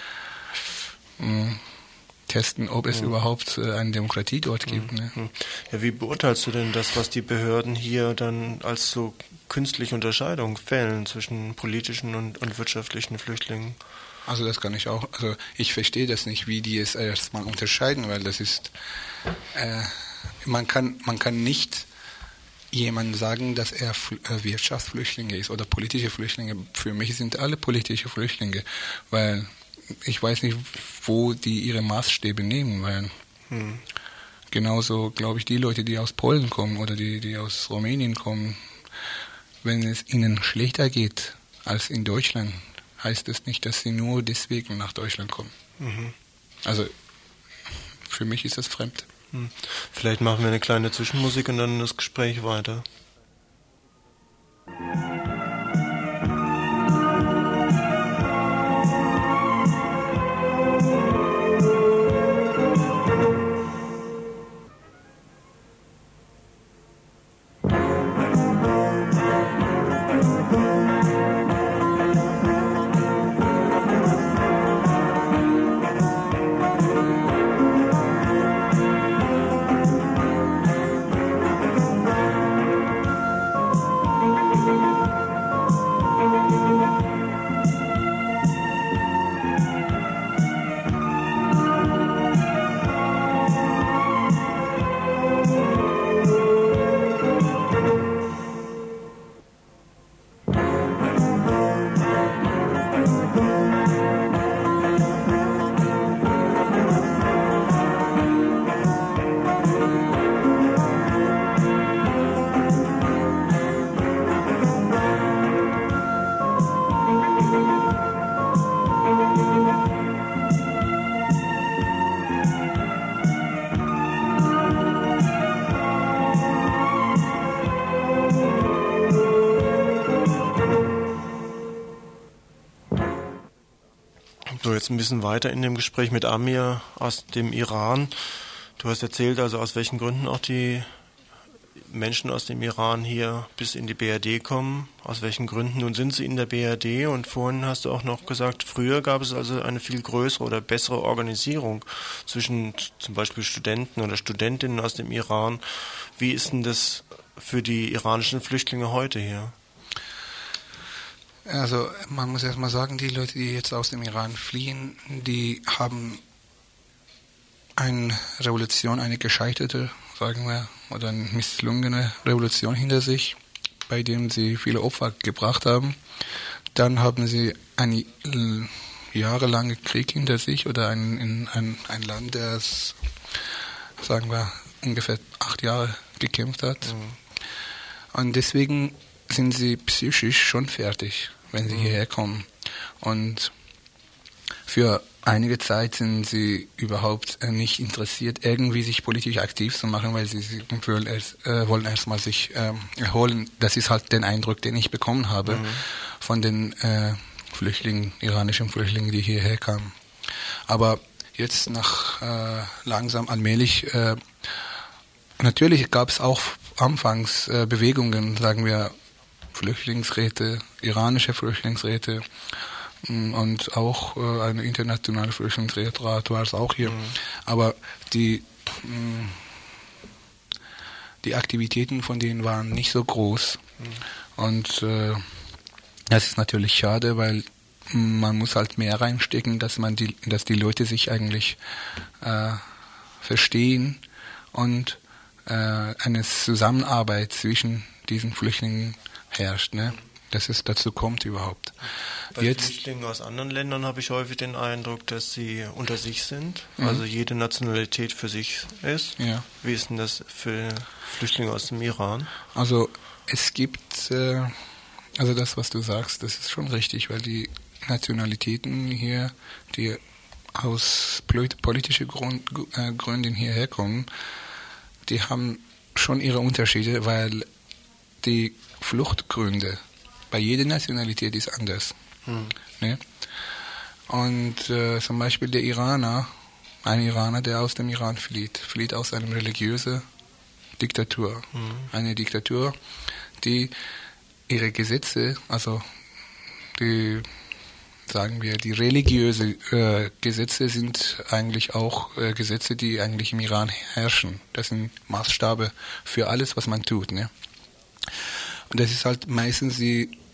mh, testen, ob es ja. überhaupt äh, eine Demokratie dort gibt. Ne? Ja, wie beurteilst du denn das, was die Behörden hier dann als so künstliche Unterscheidung fällen zwischen politischen und, und wirtschaftlichen Flüchtlingen? Also das kann ich auch, also ich verstehe das nicht, wie die es erstmal unterscheiden, weil das ist, äh, man kann, man kann nicht jemandem sagen, dass er Wirtschaftsflüchtlinge ist oder politische Flüchtlinge. Für mich sind alle politische Flüchtlinge, weil ich weiß nicht, wo die ihre Maßstäbe nehmen, weil hm. genauso, glaube ich, die Leute, die aus Polen kommen oder die, die aus Rumänien kommen, wenn es ihnen schlechter geht als in Deutschland, heißt es nicht, dass sie nur deswegen nach Deutschland kommen. Mhm. Also für mich ist das fremd. Vielleicht machen wir eine kleine Zwischenmusik und dann das Gespräch weiter. So, jetzt ein bisschen weiter in dem Gespräch mit Amir aus dem Iran. Du hast erzählt, also aus welchen Gründen auch die Menschen aus dem Iran hier bis in die B R D kommen. Aus welchen Gründen? Nun sind sie in der B R D und vorhin hast du auch noch gesagt, früher gab es also eine viel größere oder bessere Organisierung zwischen zum Beispiel Studenten oder Studentinnen aus dem Iran. Wie ist denn das für die iranischen Flüchtlinge heute hier? Also man muss erstmal sagen, die Leute, die jetzt aus dem Iran fliehen, die haben eine Revolution, eine gescheiterte, sagen wir, oder eine misslungene Revolution hinter sich, bei dem sie viele Opfer gebracht haben. Dann haben sie einen jahrelangen Krieg hinter sich oder ein, in ein, ein Land, das, sagen wir, ungefähr acht Jahre gekämpft hat. Mhm. Und deswegen sind sie psychisch schon fertig, wenn sie mhm. hierher kommen. Und für einige Zeit sind sie überhaupt nicht interessiert, irgendwie sich politisch aktiv zu machen, weil sie, sie wollen, erst, äh, wollen erstmal sich ähm, erholen. Das ist halt der Eindruck, den ich bekommen habe mhm. von den äh, Flüchtlingen, iranischen Flüchtlingen, die hierher kamen. Aber jetzt nach äh, langsam allmählich, äh, natürlich gab es auch anfangs äh, Bewegungen, sagen wir, Flüchtlingsräte, iranische Flüchtlingsräte und auch äh, eine internationale Flüchtlingsrat war es auch hier. Mhm. Aber die, mh, die Aktivitäten von denen waren nicht so groß. Mhm. Und äh, das ist natürlich schade, weil man muss halt mehr reinstecken, dass man die, dass die Leute sich eigentlich äh, verstehen und äh, eine Zusammenarbeit zwischen diesen Flüchtlingen herrscht, ne? Dass es dazu kommt überhaupt. Bei Jetzt, Flüchtlingen aus anderen Ländern habe ich häufig den Eindruck, dass sie unter sich sind, mhm. also jede Nationalität für sich ist. Ja. Wie ist denn das für Flüchtlinge aus dem Iran? Also es gibt, äh, also das, was du sagst, das ist schon richtig, weil die Nationalitäten hier, die aus politischen Grund, äh, Gründen hierher kommen, die haben schon ihre Unterschiede, weil die Fluchtgründe bei jeder Nationalität ist anders. Hm. Ne? Und äh, zum Beispiel der Iraner, ein Iraner, der aus dem Iran flieht, flieht aus einer religiösen Diktatur. Hm. Eine Diktatur, die ihre Gesetze, also die, sagen wir, die religiösen äh, Gesetze sind eigentlich auch äh, Gesetze, die eigentlich im Iran herrschen. Das sind Maßstabe für alles, was man tut. Ne? Und das ist halt meistens die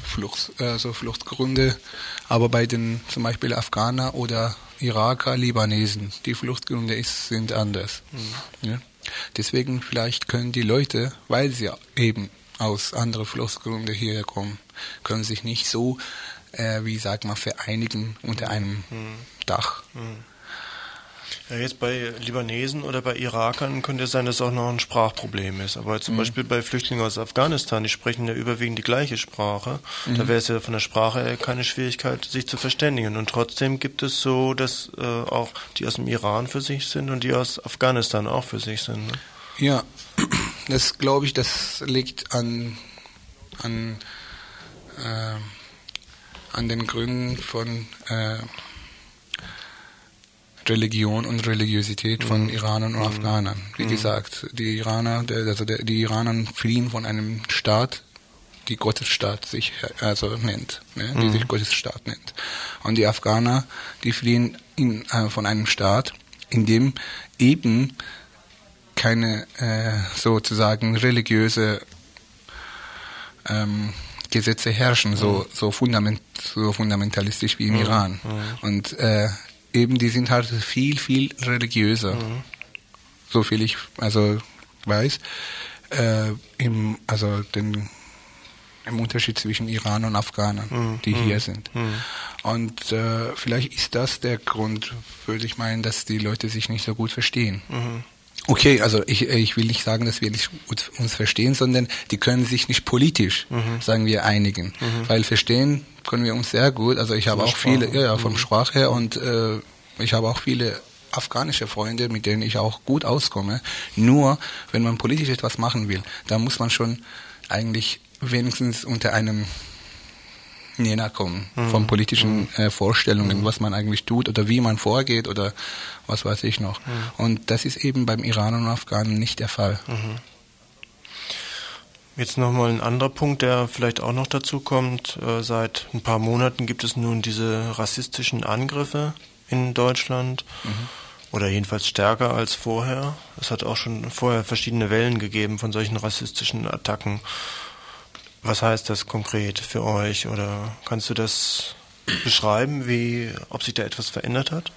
Flucht, also Fluchtgründe, aber bei den zum Beispiel Afghaner oder Iraker, Libanesen, die Fluchtgründe ist, sind anders. Mhm. Ja? Deswegen vielleicht können die Leute, weil sie eben aus anderen Fluchtgründen hierher kommen, können sich nicht so, äh, wie sagt man, vereinigen unter einem mhm. Dach. Mhm. Ja, jetzt bei Libanesen oder bei Irakern könnte es sein, dass auch noch ein Sprachproblem ist. Aber zum mhm. Beispiel bei Flüchtlingen aus Afghanistan, die sprechen ja überwiegend die gleiche Sprache. Mhm. Da wäre es ja von der Sprache her keine Schwierigkeit, sich zu verständigen. Und trotzdem gibt es so, dass äh, auch die aus dem Iran für sich sind und die aus Afghanistan auch für sich sind. Ne? Ja, das glaube ich, das liegt an, an, äh, an den Gründen von äh, Religion und Religiosität von mhm. Iranern und mhm. Afghanern. Wie mhm. gesagt, die Iraner, der, also der, die Iraner fliehen von einem Staat, die Gottesstaat sich also nennt, ne, die mhm. sich Gottesstaat nennt. Und die Afghaner, die fliehen in, äh, von einem Staat, in dem eben keine äh, sozusagen religiöse ähm, Gesetze herrschen, so so, fundament, so fundamentalistisch wie im mhm. Iran. Mhm. Und äh, eben, die sind halt viel, viel religiöser. Mhm. So viel ich also weiß. Äh, im, also den, im Unterschied zwischen Iran und Afghanern, mhm. die mhm. hier sind. Mhm. Und äh, vielleicht ist das der Grund, würde ich meinen, dass die Leute sich nicht so gut verstehen. Mhm. Okay, also ich, ich will nicht sagen, dass wir nicht uns verstehen, sondern die können sich nicht politisch, mhm. sagen wir, einigen. Mhm. Weil verstehen können wir uns sehr gut. Also ich habe auch Sprache. viele, ja, ja vom mhm. Sprach her, und äh, ich habe auch viele afghanische Freunde, mit denen ich auch gut auskomme. Nur, wenn man politisch etwas machen will, da muss man schon eigentlich wenigstens unter einem Nenner kommen, mhm. von politischen mhm. äh, Vorstellungen, mhm. was man eigentlich tut oder wie man vorgeht oder was weiß ich noch. Mhm. Und das ist eben beim Iran und Afghanen nicht der Fall. Mhm. Jetzt nochmal ein anderer Punkt, der vielleicht auch noch dazu kommt. Äh, seit ein paar Monaten gibt es nun diese rassistischen Angriffe in Deutschland, mhm. oder jedenfalls stärker als vorher. Es hat auch schon vorher verschiedene Wellen gegeben von solchen rassistischen Attacken. Was heißt das konkret für euch? Oder kannst du das beschreiben, wie, ob sich da etwas verändert hat?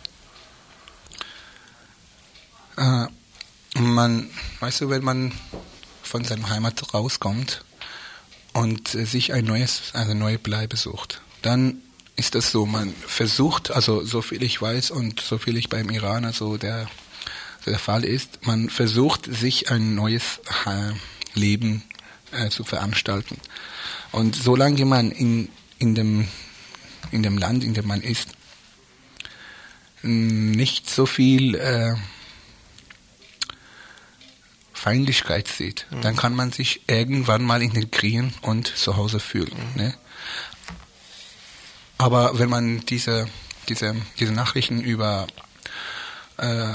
Äh, man, weißt du, wenn man von seiner Heimat rauskommt und äh, sich ein neues, eine neue Bleibe sucht, dann ist das so, man versucht, also so viel ich weiß und so viel ich beim Iraner so der, der Fall ist, man versucht, sich ein neues äh, Leben äh, zu veranstalten. Und solange man in, in, dem, in dem Land, in dem man ist, nicht so viel äh, Feindlichkeit sieht, mhm. dann kann man sich irgendwann mal integrieren und zu Hause fühlen. Mhm. Ne? Aber wenn man diese, diese, diese Nachrichten über äh,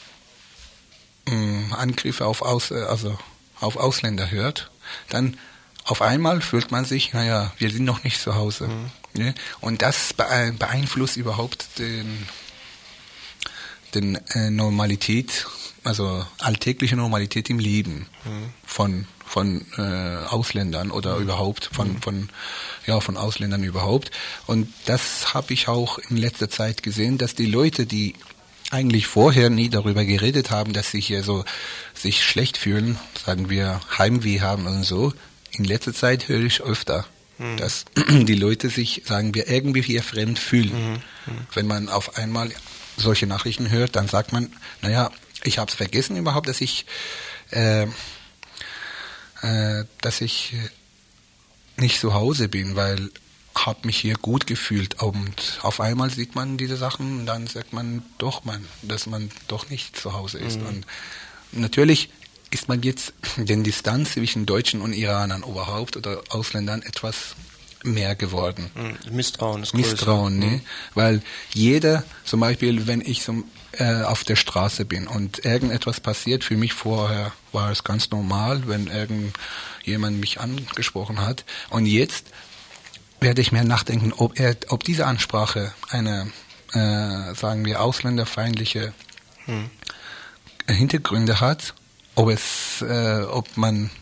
Angriffe auf, Aus, also auf Ausländer hört, dann auf einmal fühlt man sich, naja, wir sind noch nicht zu Hause. Mhm. Ne? Und das beeinflusst überhaupt den, den äh, Normalität, also alltägliche Normalität im Leben mhm. von von äh, Ausländern oder mhm. überhaupt von mhm. von ja von Ausländern überhaupt. Und das habe ich auch in letzter Zeit gesehen, dass die Leute, die eigentlich vorher nie darüber geredet haben, dass sie hier so sich schlecht fühlen, sagen wir Heimweh haben und so, in letzter Zeit höre ich öfter, mhm. dass die Leute sich, sagen wir, irgendwie hier fremd fühlen. Mhm. Mhm. Wenn man auf einmal solche Nachrichten hört, dann sagt man, naja, ich habe es vergessen überhaupt, dass ich äh, äh, dass ich nicht zu Hause bin, weil habe mich hier gut gefühlt, und auf einmal sieht man diese Sachen und dann sagt man doch, man, dass man doch nicht zu Hause ist. Mhm. Und natürlich ist man jetzt den Distanz zwischen Deutschen und Iranern überhaupt oder Ausländern etwas mehr geworden. Mhm. Misstrauen ist Misstrauen, größer. ne? Mhm. Weil jeder, zum Beispiel, wenn ich zum, äh, auf der Straße bin und irgendetwas passiert, für mich vorher war es ganz normal, wenn irgendjemand mich angesprochen hat, und jetzt werde ich mir nachdenken, ob er, ob diese Ansprache eine, äh, sagen wir, ausländerfeindliche hm. Hintergründe hat, ob es, äh, ob man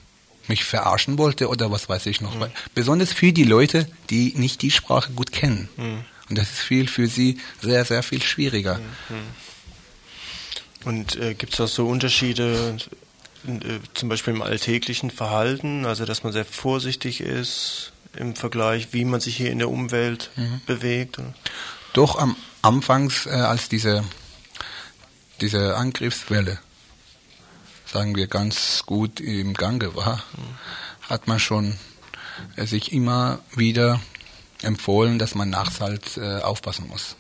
mich verarschen wollte oder was weiß ich noch. Mhm. Besonders für die Leute, die nicht die Sprache gut kennen. Mhm. Und das ist viel für sie sehr, sehr viel schwieriger. Mhm. Und äh, gibt es auch so Unterschiede, äh, zum Beispiel im alltäglichen Verhalten, also dass man sehr vorsichtig ist im Vergleich, wie man sich hier in der Umwelt mhm. bewegt? Oder? Doch am Anfangs, äh, als diese, diese Angriffswelle, sagen wir, ganz gut im Gange war, mhm. hat man schon äh, sich immer wieder empfohlen, dass man nachts halt äh, aufpassen muss.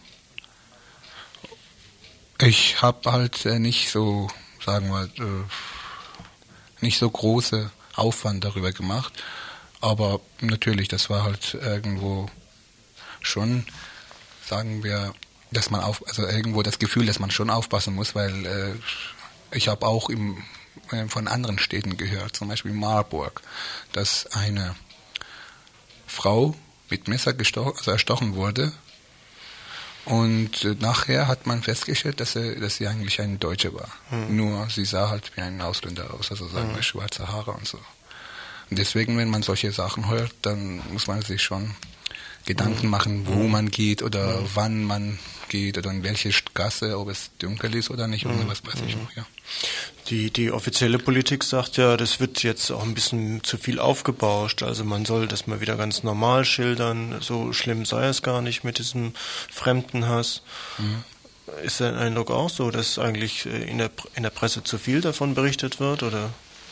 Ich habe halt äh, nicht so, sagen wir, äh, nicht so große Aufwand darüber gemacht, aber natürlich, das war halt irgendwo schon, sagen wir, dass man auf, also irgendwo das Gefühl, dass man schon aufpassen muss, weil äh, ich habe auch im, äh, von anderen Städten gehört, zum Beispiel Marburg, dass eine Frau mit Messer gestochen, also erstochen wurde. Und äh, nachher hat man festgestellt, dass sie, dass sie eigentlich eine Deutsche war. Mhm. Nur sie sah halt wie ein Ausländer aus, also sagen wir mhm. schwarze Haare und so. Und deswegen, wenn man solche Sachen hört, dann muss man sich schon Gedanken mhm. machen, wo mhm. man geht oder mhm. wann man geht oder in welche Gasse, ob es dunkel ist oder nicht mhm. oder was weiß ich noch, ja. Die, die offizielle Politik sagt ja, das wird jetzt auch ein bisschen zu viel aufgebauscht, also man soll das mal wieder ganz normal schildern, so schlimm sei es gar nicht mit diesem Fremdenhass. Mhm. Ist dein Eindruck auch so, dass eigentlich in der, in der Presse zu viel davon berichtet wird, oder?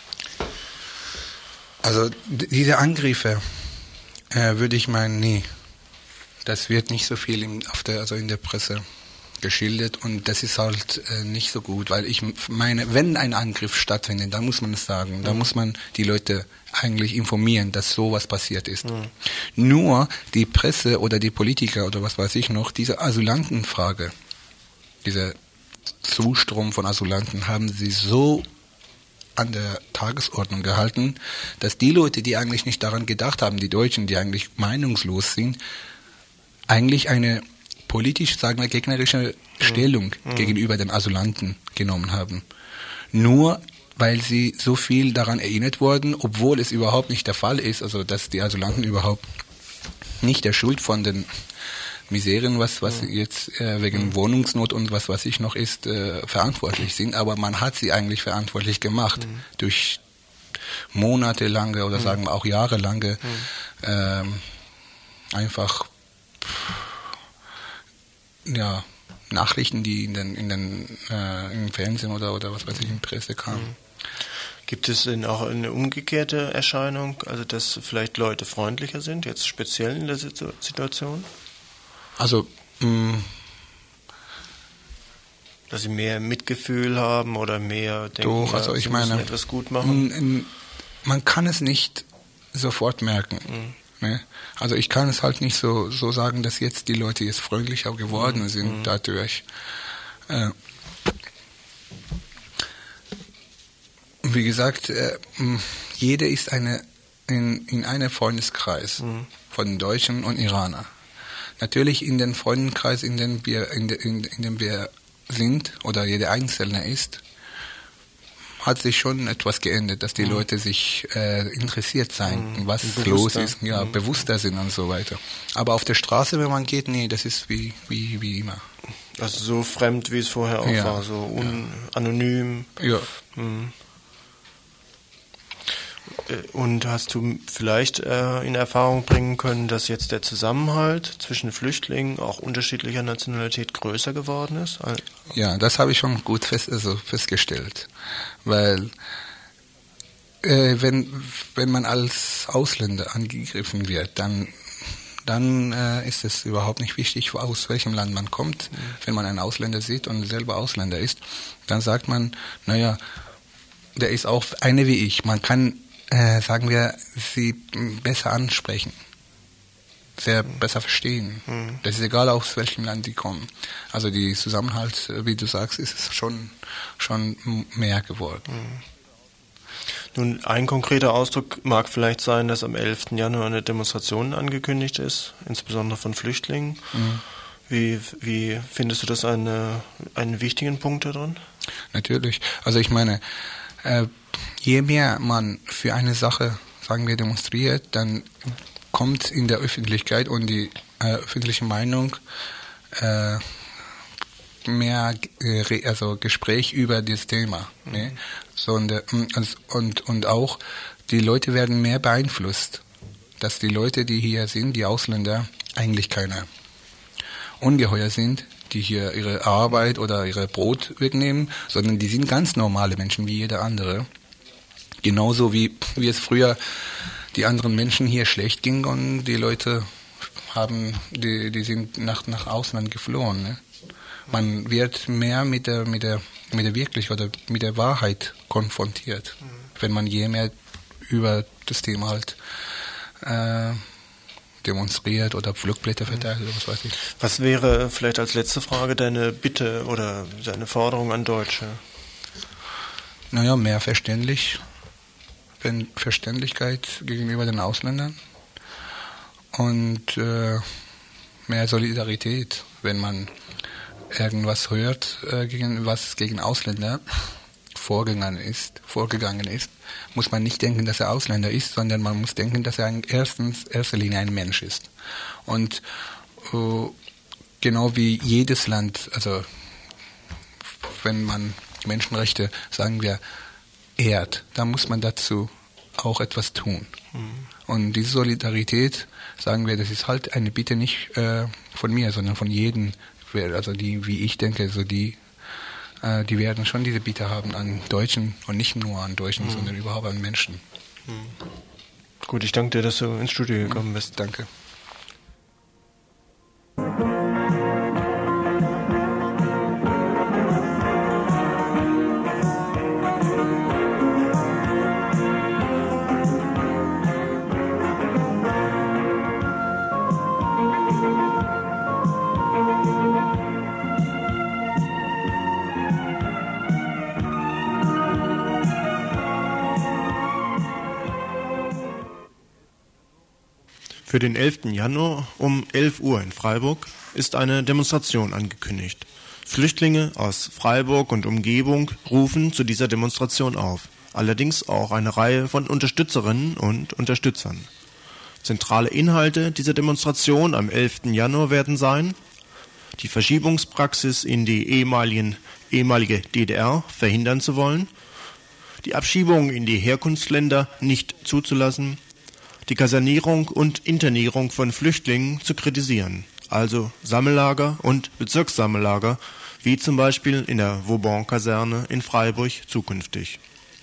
Also diese Angriffe äh, würde ich meinen, nee, das wird nicht so viel in, auf der, also in der Presse geschildert und das ist halt äh, nicht so gut, weil ich meine, wenn ein Angriff stattfindet, dann muss man es sagen, mhm. dann muss man die Leute eigentlich informieren, dass sowas passiert ist. Mhm. Nur die Presse oder die Politiker oder was weiß ich noch, diese Asylantenfrage, dieser Zustrom von Asylanten haben sie so an der Tagesordnung gehalten, dass die Leute, die eigentlich nicht daran gedacht haben, die Deutschen, die eigentlich meinungslos sind, eigentlich eine politisch, sagen wir, gegnerische Stellung mhm. gegenüber den Asylanten genommen haben. Nur weil sie so viel daran erinnert wurden, obwohl es überhaupt nicht der Fall ist, also dass die Asylanten überhaupt nicht der Schuld von den Miserien, was, was mhm. jetzt äh, wegen mhm. Wohnungsnot und was weiß ich noch ist, äh, verantwortlich sind, aber man hat sie eigentlich verantwortlich gemacht mhm. durch monatelange oder mhm. sagen wir auch jahrelange mhm. ähm, einfach ja, Nachrichten, die in den, in den äh, im Fernsehen oder, oder was weiß ich, in Presse kamen. Gibt es denn auch eine umgekehrte Erscheinung, also dass vielleicht Leute freundlicher sind, jetzt speziell in der Situation? Also, mh, dass sie mehr Mitgefühl haben oder mehr denken, doch, also ja, ich sie meine, müssen etwas gut machen? M, m, man kann es nicht sofort merken. Mhm. Ne? Also ich kann es halt nicht so, so sagen, dass jetzt die Leute jetzt freundlicher geworden mhm. sind dadurch. Äh, wie gesagt, äh, jeder ist eine in, in einem Freundeskreis mhm. von Deutschen und Iranern. Natürlich in den Freundeskreis, in dem wir, in, de, in, in dem wir sind oder jeder Einzelne ist, hat sich schon etwas geändert, dass die mhm. Leute sich äh, interessiert sein, mhm. was los ist, ja, mhm. bewusster sind und so weiter. Aber auf der Straße, wenn man geht, nee, das ist wie, wie, wie immer. Also so fremd, wie es vorher auch ja. war, so un- ja. anonym. Ja. Mhm. Und hast du vielleicht äh, in Erfahrung bringen können, dass jetzt der Zusammenhalt zwischen Flüchtlingen auch unterschiedlicher Nationalität größer geworden ist? Ja, das habe ich schon gut fest, also festgestellt, weil äh, wenn wenn man als Ausländer angegriffen wird, dann dann äh, ist es überhaupt nicht wichtig, aus welchem Land man kommt. Mhm. Wenn man einen Ausländer sieht und selber Ausländer ist, dann sagt man, naja, der ist auch eine wie ich. Man kann Äh, sagen wir, sie besser ansprechen, sehr mhm. besser verstehen. Mhm. Das ist egal, aus welchem Land die kommen. Also die Zusammenhalt, wie du sagst, ist es schon, schon mehr geworden. Mhm. Nun, ein konkreter Ausdruck mag vielleicht sein, dass am elften Januar eine Demonstration angekündigt ist, insbesondere von Flüchtlingen. Mhm. Wie, wie findest du das eine, einen wichtigen Punkt daran? Natürlich. Also ich meine, äh, je mehr man für eine Sache, sagen wir, demonstriert, dann kommt in der Öffentlichkeit und die äh, öffentliche Meinung äh, mehr äh, also Gespräch über das Thema. Mhm. Ne? So, und, und, und auch die Leute werden mehr beeinflusst, dass die Leute, die hier sind, die Ausländer, eigentlich keine Ungeheuer sind, die hier ihre Arbeit oder ihre Brot wegnehmen, sondern die sind ganz normale Menschen wie jeder andere. Genauso wie, wie es früher die anderen Menschen hier schlecht ging und die Leute haben, die, die sind nach, nach Ausland geflohen. Ne? Man wird mehr mit der, mit der, mit der Wirklichkeit oder mit der Wahrheit konfrontiert, mhm. wenn man je mehr über das Thema halt äh, demonstriert oder Flugblätter verteilt oder was weiß ich. Was wäre vielleicht als letzte Frage deine Bitte oder deine Forderung an Deutsche? Naja, mehr verständlich, Verständlichkeit gegenüber den Ausländern und äh, mehr Solidarität, wenn man irgendwas hört, äh, gegen, was gegen Ausländer vorgegangen ist, vorgegangen ist, muss man nicht denken, dass er Ausländer ist, sondern man muss denken, dass er in erstens, erster Linie ein Mensch ist. Und äh, genau wie jedes Land, also wenn man Menschenrechte, sagen wir, ehrt, dann muss man dazu auch etwas tun. Mhm. Und diese Solidarität, sagen wir, das ist halt eine Bitte nicht äh, von mir, sondern von jedem, also die, wie ich denke, so die äh, die werden schon diese Bitte haben an Deutschen und nicht nur an Deutschen, mhm. sondern überhaupt an Menschen. Mhm. Gut, ich danke dir, dass du ins Studio gekommen bist. Danke. Für den elften Januar um elf Uhr in Freiburg ist eine Demonstration angekündigt. Flüchtlinge aus Freiburg und Umgebung rufen zu dieser Demonstration auf. Allerdings auch eine Reihe von Unterstützerinnen und Unterstützern. Zentrale Inhalte dieser Demonstration am elften Januar werden sein: die Verschiebungspraxis in die ehemaligen, ehemalige D D R verhindern zu wollen, die Abschiebung in die Herkunftsländer nicht zuzulassen, die Kasernierung und Internierung von Flüchtlingen zu kritisieren, also Sammellager und Bezirkssammellager, wie zum Beispiel in der Vauban-Kaserne in Freiburg zukünftig.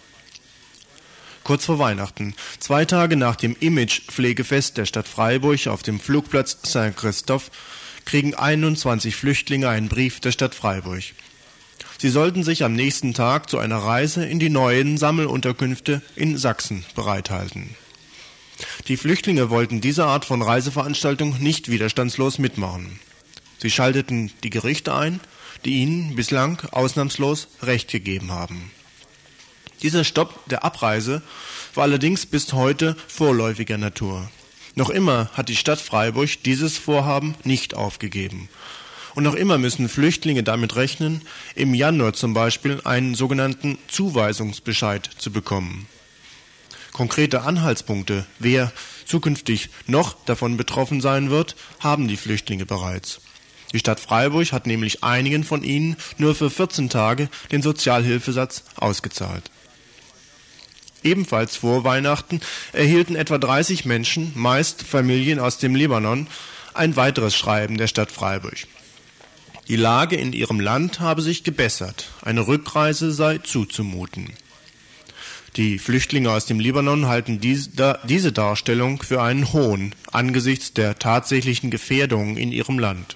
Kurz vor Weihnachten, zwei Tage nach dem Imagepflegefest der Stadt Freiburg auf dem Flugplatz Saint-Christophe, kriegen einundzwanzig Flüchtlinge einen Brief der Stadt Freiburg. Sie sollten sich am nächsten Tag zu einer Reise in die neuen Sammelunterkünfte in Sachsen bereithalten. Die Flüchtlinge wollten diese Art von Reiseveranstaltung nicht widerstandslos mitmachen. Sie schalteten die Gerichte ein, die ihnen bislang ausnahmslos Recht gegeben haben. Dieser Stopp der Abreise war allerdings bis heute vorläufiger Natur. Noch immer hat die Stadt Freiburg dieses Vorhaben nicht aufgegeben. Und noch immer müssen Flüchtlinge damit rechnen, im Januar zum Beispiel einen sogenannten Zuweisungsbescheid zu bekommen. Konkrete Anhaltspunkte, wer zukünftig noch davon betroffen sein wird, haben die Flüchtlinge bereits. Die Stadt Freiburg hat nämlich einigen von ihnen nur für vierzehn Tage den Sozialhilfesatz ausgezahlt. Ebenfalls vor Weihnachten erhielten etwa dreißig Menschen, meist Familien aus dem Libanon, ein weiteres Schreiben der Stadt Freiburg. Die Lage in ihrem Land habe sich gebessert, eine Rückreise sei zuzumuten. Die Flüchtlinge aus dem Libanon halten diese Darstellung für einen Hohn angesichts der tatsächlichen Gefährdungen in ihrem Land.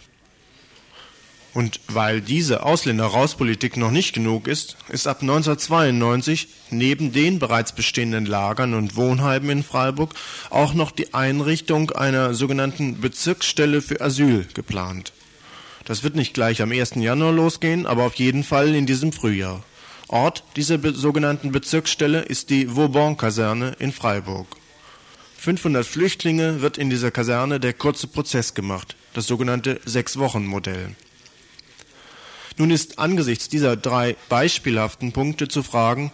Und weil diese Ausländerrauspolitik noch nicht genug ist, ist ab neunzehnhundertzweiundneunzig neben den bereits bestehenden Lagern und Wohnheimen in Freiburg auch noch die Einrichtung einer sogenannten Bezirksstelle für Asyl geplant. Das wird nicht gleich am ersten Januar losgehen, aber auf jeden Fall in diesem Frühjahr. Ort dieser be- sogenannten Bezirksstelle ist die Vauban-Kaserne in Freiburg. fünfhundert Flüchtlinge wird in dieser Kaserne der kurze Prozess gemacht, das sogenannte Sechs-Wochen-Modell. Nun ist angesichts dieser drei beispielhaften Punkte zu fragen,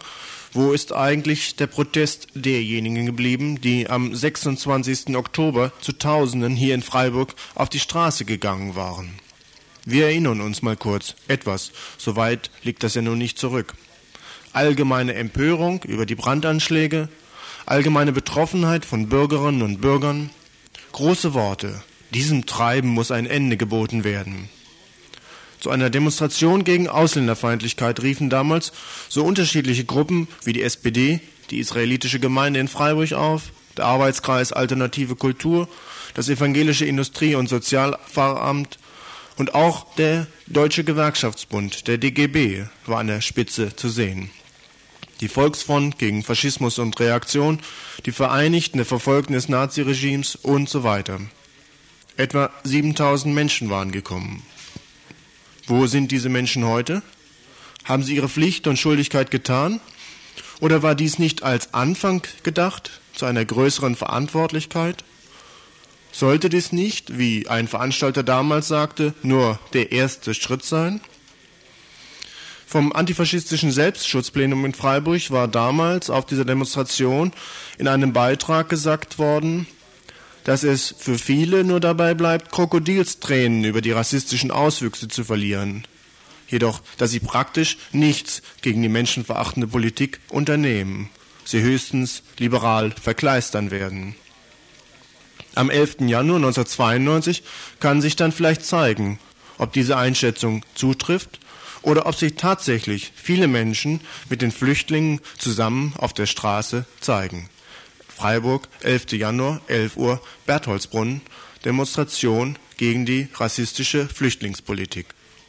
Wo ist eigentlich der Protest derjenigen geblieben, die am sechsundzwanzigsten Oktober zu Tausenden hier in Freiburg auf die Straße gegangen waren? Wir erinnern uns mal kurz, etwas, so weit liegt das ja nun nicht zurück. Allgemeine Empörung über die Brandanschläge, allgemeine Betroffenheit von Bürgerinnen und Bürgern, große Worte. Diesem Treiben muss ein Ende geboten werden. Zu einer Demonstration gegen Ausländerfeindlichkeit riefen damals so unterschiedliche Gruppen wie die S P D, die israelitische Gemeinde in Freiburg auf, der Arbeitskreis Alternative Kultur, das Evangelische Industrie- und Sozialpfarramt und auch der Deutsche Gewerkschaftsbund, der D G B, war an der Spitze zu sehen. Die Volksfront gegen Faschismus und Reaktion, die Vereinigten der Verfolgten des Naziregimes und so weiter. Etwa siebentausend Menschen waren gekommen. Wo sind diese Menschen heute? Haben sie ihre Pflicht und Schuldigkeit getan? Oder war dies nicht als Anfang gedacht, zu einer größeren Verantwortlichkeit? Sollte dies nicht, wie ein Veranstalter damals sagte, nur der erste Schritt sein? Vom antifaschistischen Selbstschutzplenum in Freiburg war damals auf dieser Demonstration in einem Beitrag gesagt worden, dass es für viele nur dabei bleibt, Krokodilstränen über die rassistischen Auswüchse zu verlieren. Jedoch, dass sie praktisch nichts gegen die menschenverachtende Politik unternehmen, sie höchstens liberal verkleistern werden. Am elften Januar neunzehnhundertzweiundneunzig kann sich dann vielleicht zeigen, ob diese Einschätzung zutrifft oder ob sich tatsächlich viele Menschen mit den Flüchtlingen zusammen auf der Straße zeigen. Freiburg, elften Januar, elf Uhr, Bertholdsbrunnen, Demonstration gegen die rassistische Flüchtlingspolitik.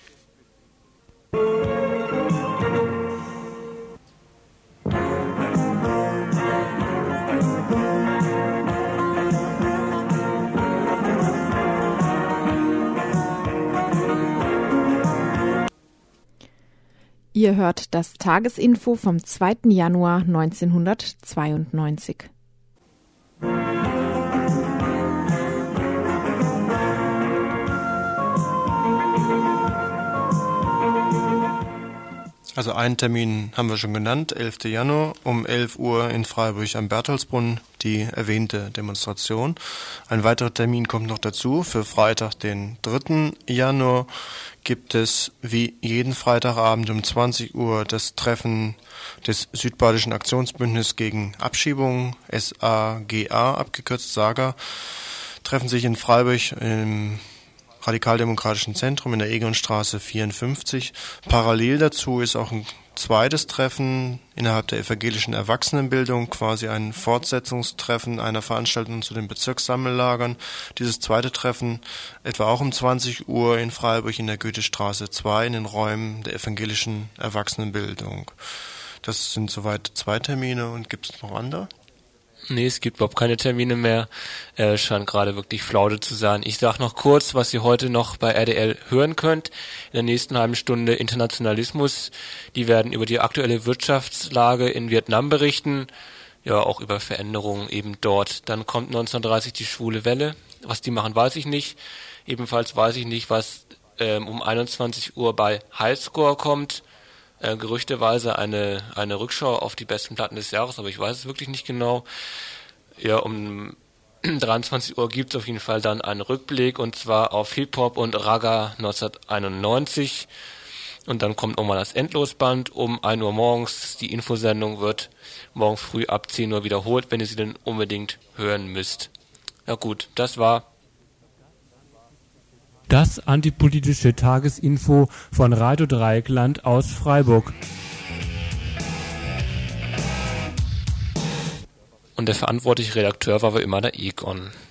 Ihr hört das Tagesinfo vom zweiten Januar neunzehnhundertzweiundneunzig. Also einen Termin haben wir schon genannt, elften Januar um elf Uhr in Freiburg am Bertholdsbrunnen, die erwähnte Demonstration. Ein weiterer Termin kommt noch dazu. Für Freitag, den dritten Januar, gibt es wie jeden Freitagabend um zwanzig Uhr das Treffen des Südbadischen Aktionsbündnisses gegen Abschiebungen, S A G A, abgekürzt SAGA, treffen sich in Freiburg im Radikaldemokratischen Zentrum in der Egonstraße vierundfünfzig. Parallel dazu ist auch ein zweites Treffen innerhalb der evangelischen Erwachsenenbildung, quasi ein Fortsetzungstreffen einer Veranstaltung zu den Bezirkssammellagern. Dieses zweite Treffen etwa auch um zwanzig Uhr in Freiburg in der Goethestraße zwei in den Räumen der evangelischen Erwachsenenbildung. Das sind soweit zwei Termine. Und gibt es noch andere? Nee, es gibt überhaupt keine Termine mehr. Äh, scheint gerade wirklich Flaude zu sein. Ich sag noch kurz, was ihr heute noch bei R D L hören könnt. In der nächsten halben Stunde Internationalismus. Die werden über die aktuelle Wirtschaftslage in Vietnam berichten. Ja, auch über Veränderungen eben dort. Dann kommt neunzehnhundertdreißig die Schwule Welle. Was die machen, weiß ich nicht. Ebenfalls weiß ich nicht, was ähm, um einundzwanzig Uhr bei Highscore kommt. Äh, gerüchteweise eine eine Rückschau auf die besten Platten des Jahres, aber ich weiß es wirklich nicht genau. Ja, um dreiundzwanzig Uhr gibt es auf jeden Fall dann einen Rückblick, und zwar auf Hip-Hop und Raga neunzehnhunderteinundneunzig. Und dann kommt nochmal das Endlosband um ein Uhr morgens. Die Infosendung wird morgen früh ab zehn Uhr wiederholt, wenn ihr sie denn unbedingt hören müsst. Ja gut, das war das antipolitische Tagesinfo von Radio Dreieckland aus Freiburg. Und der verantwortliche Redakteur war wie immer der Egon.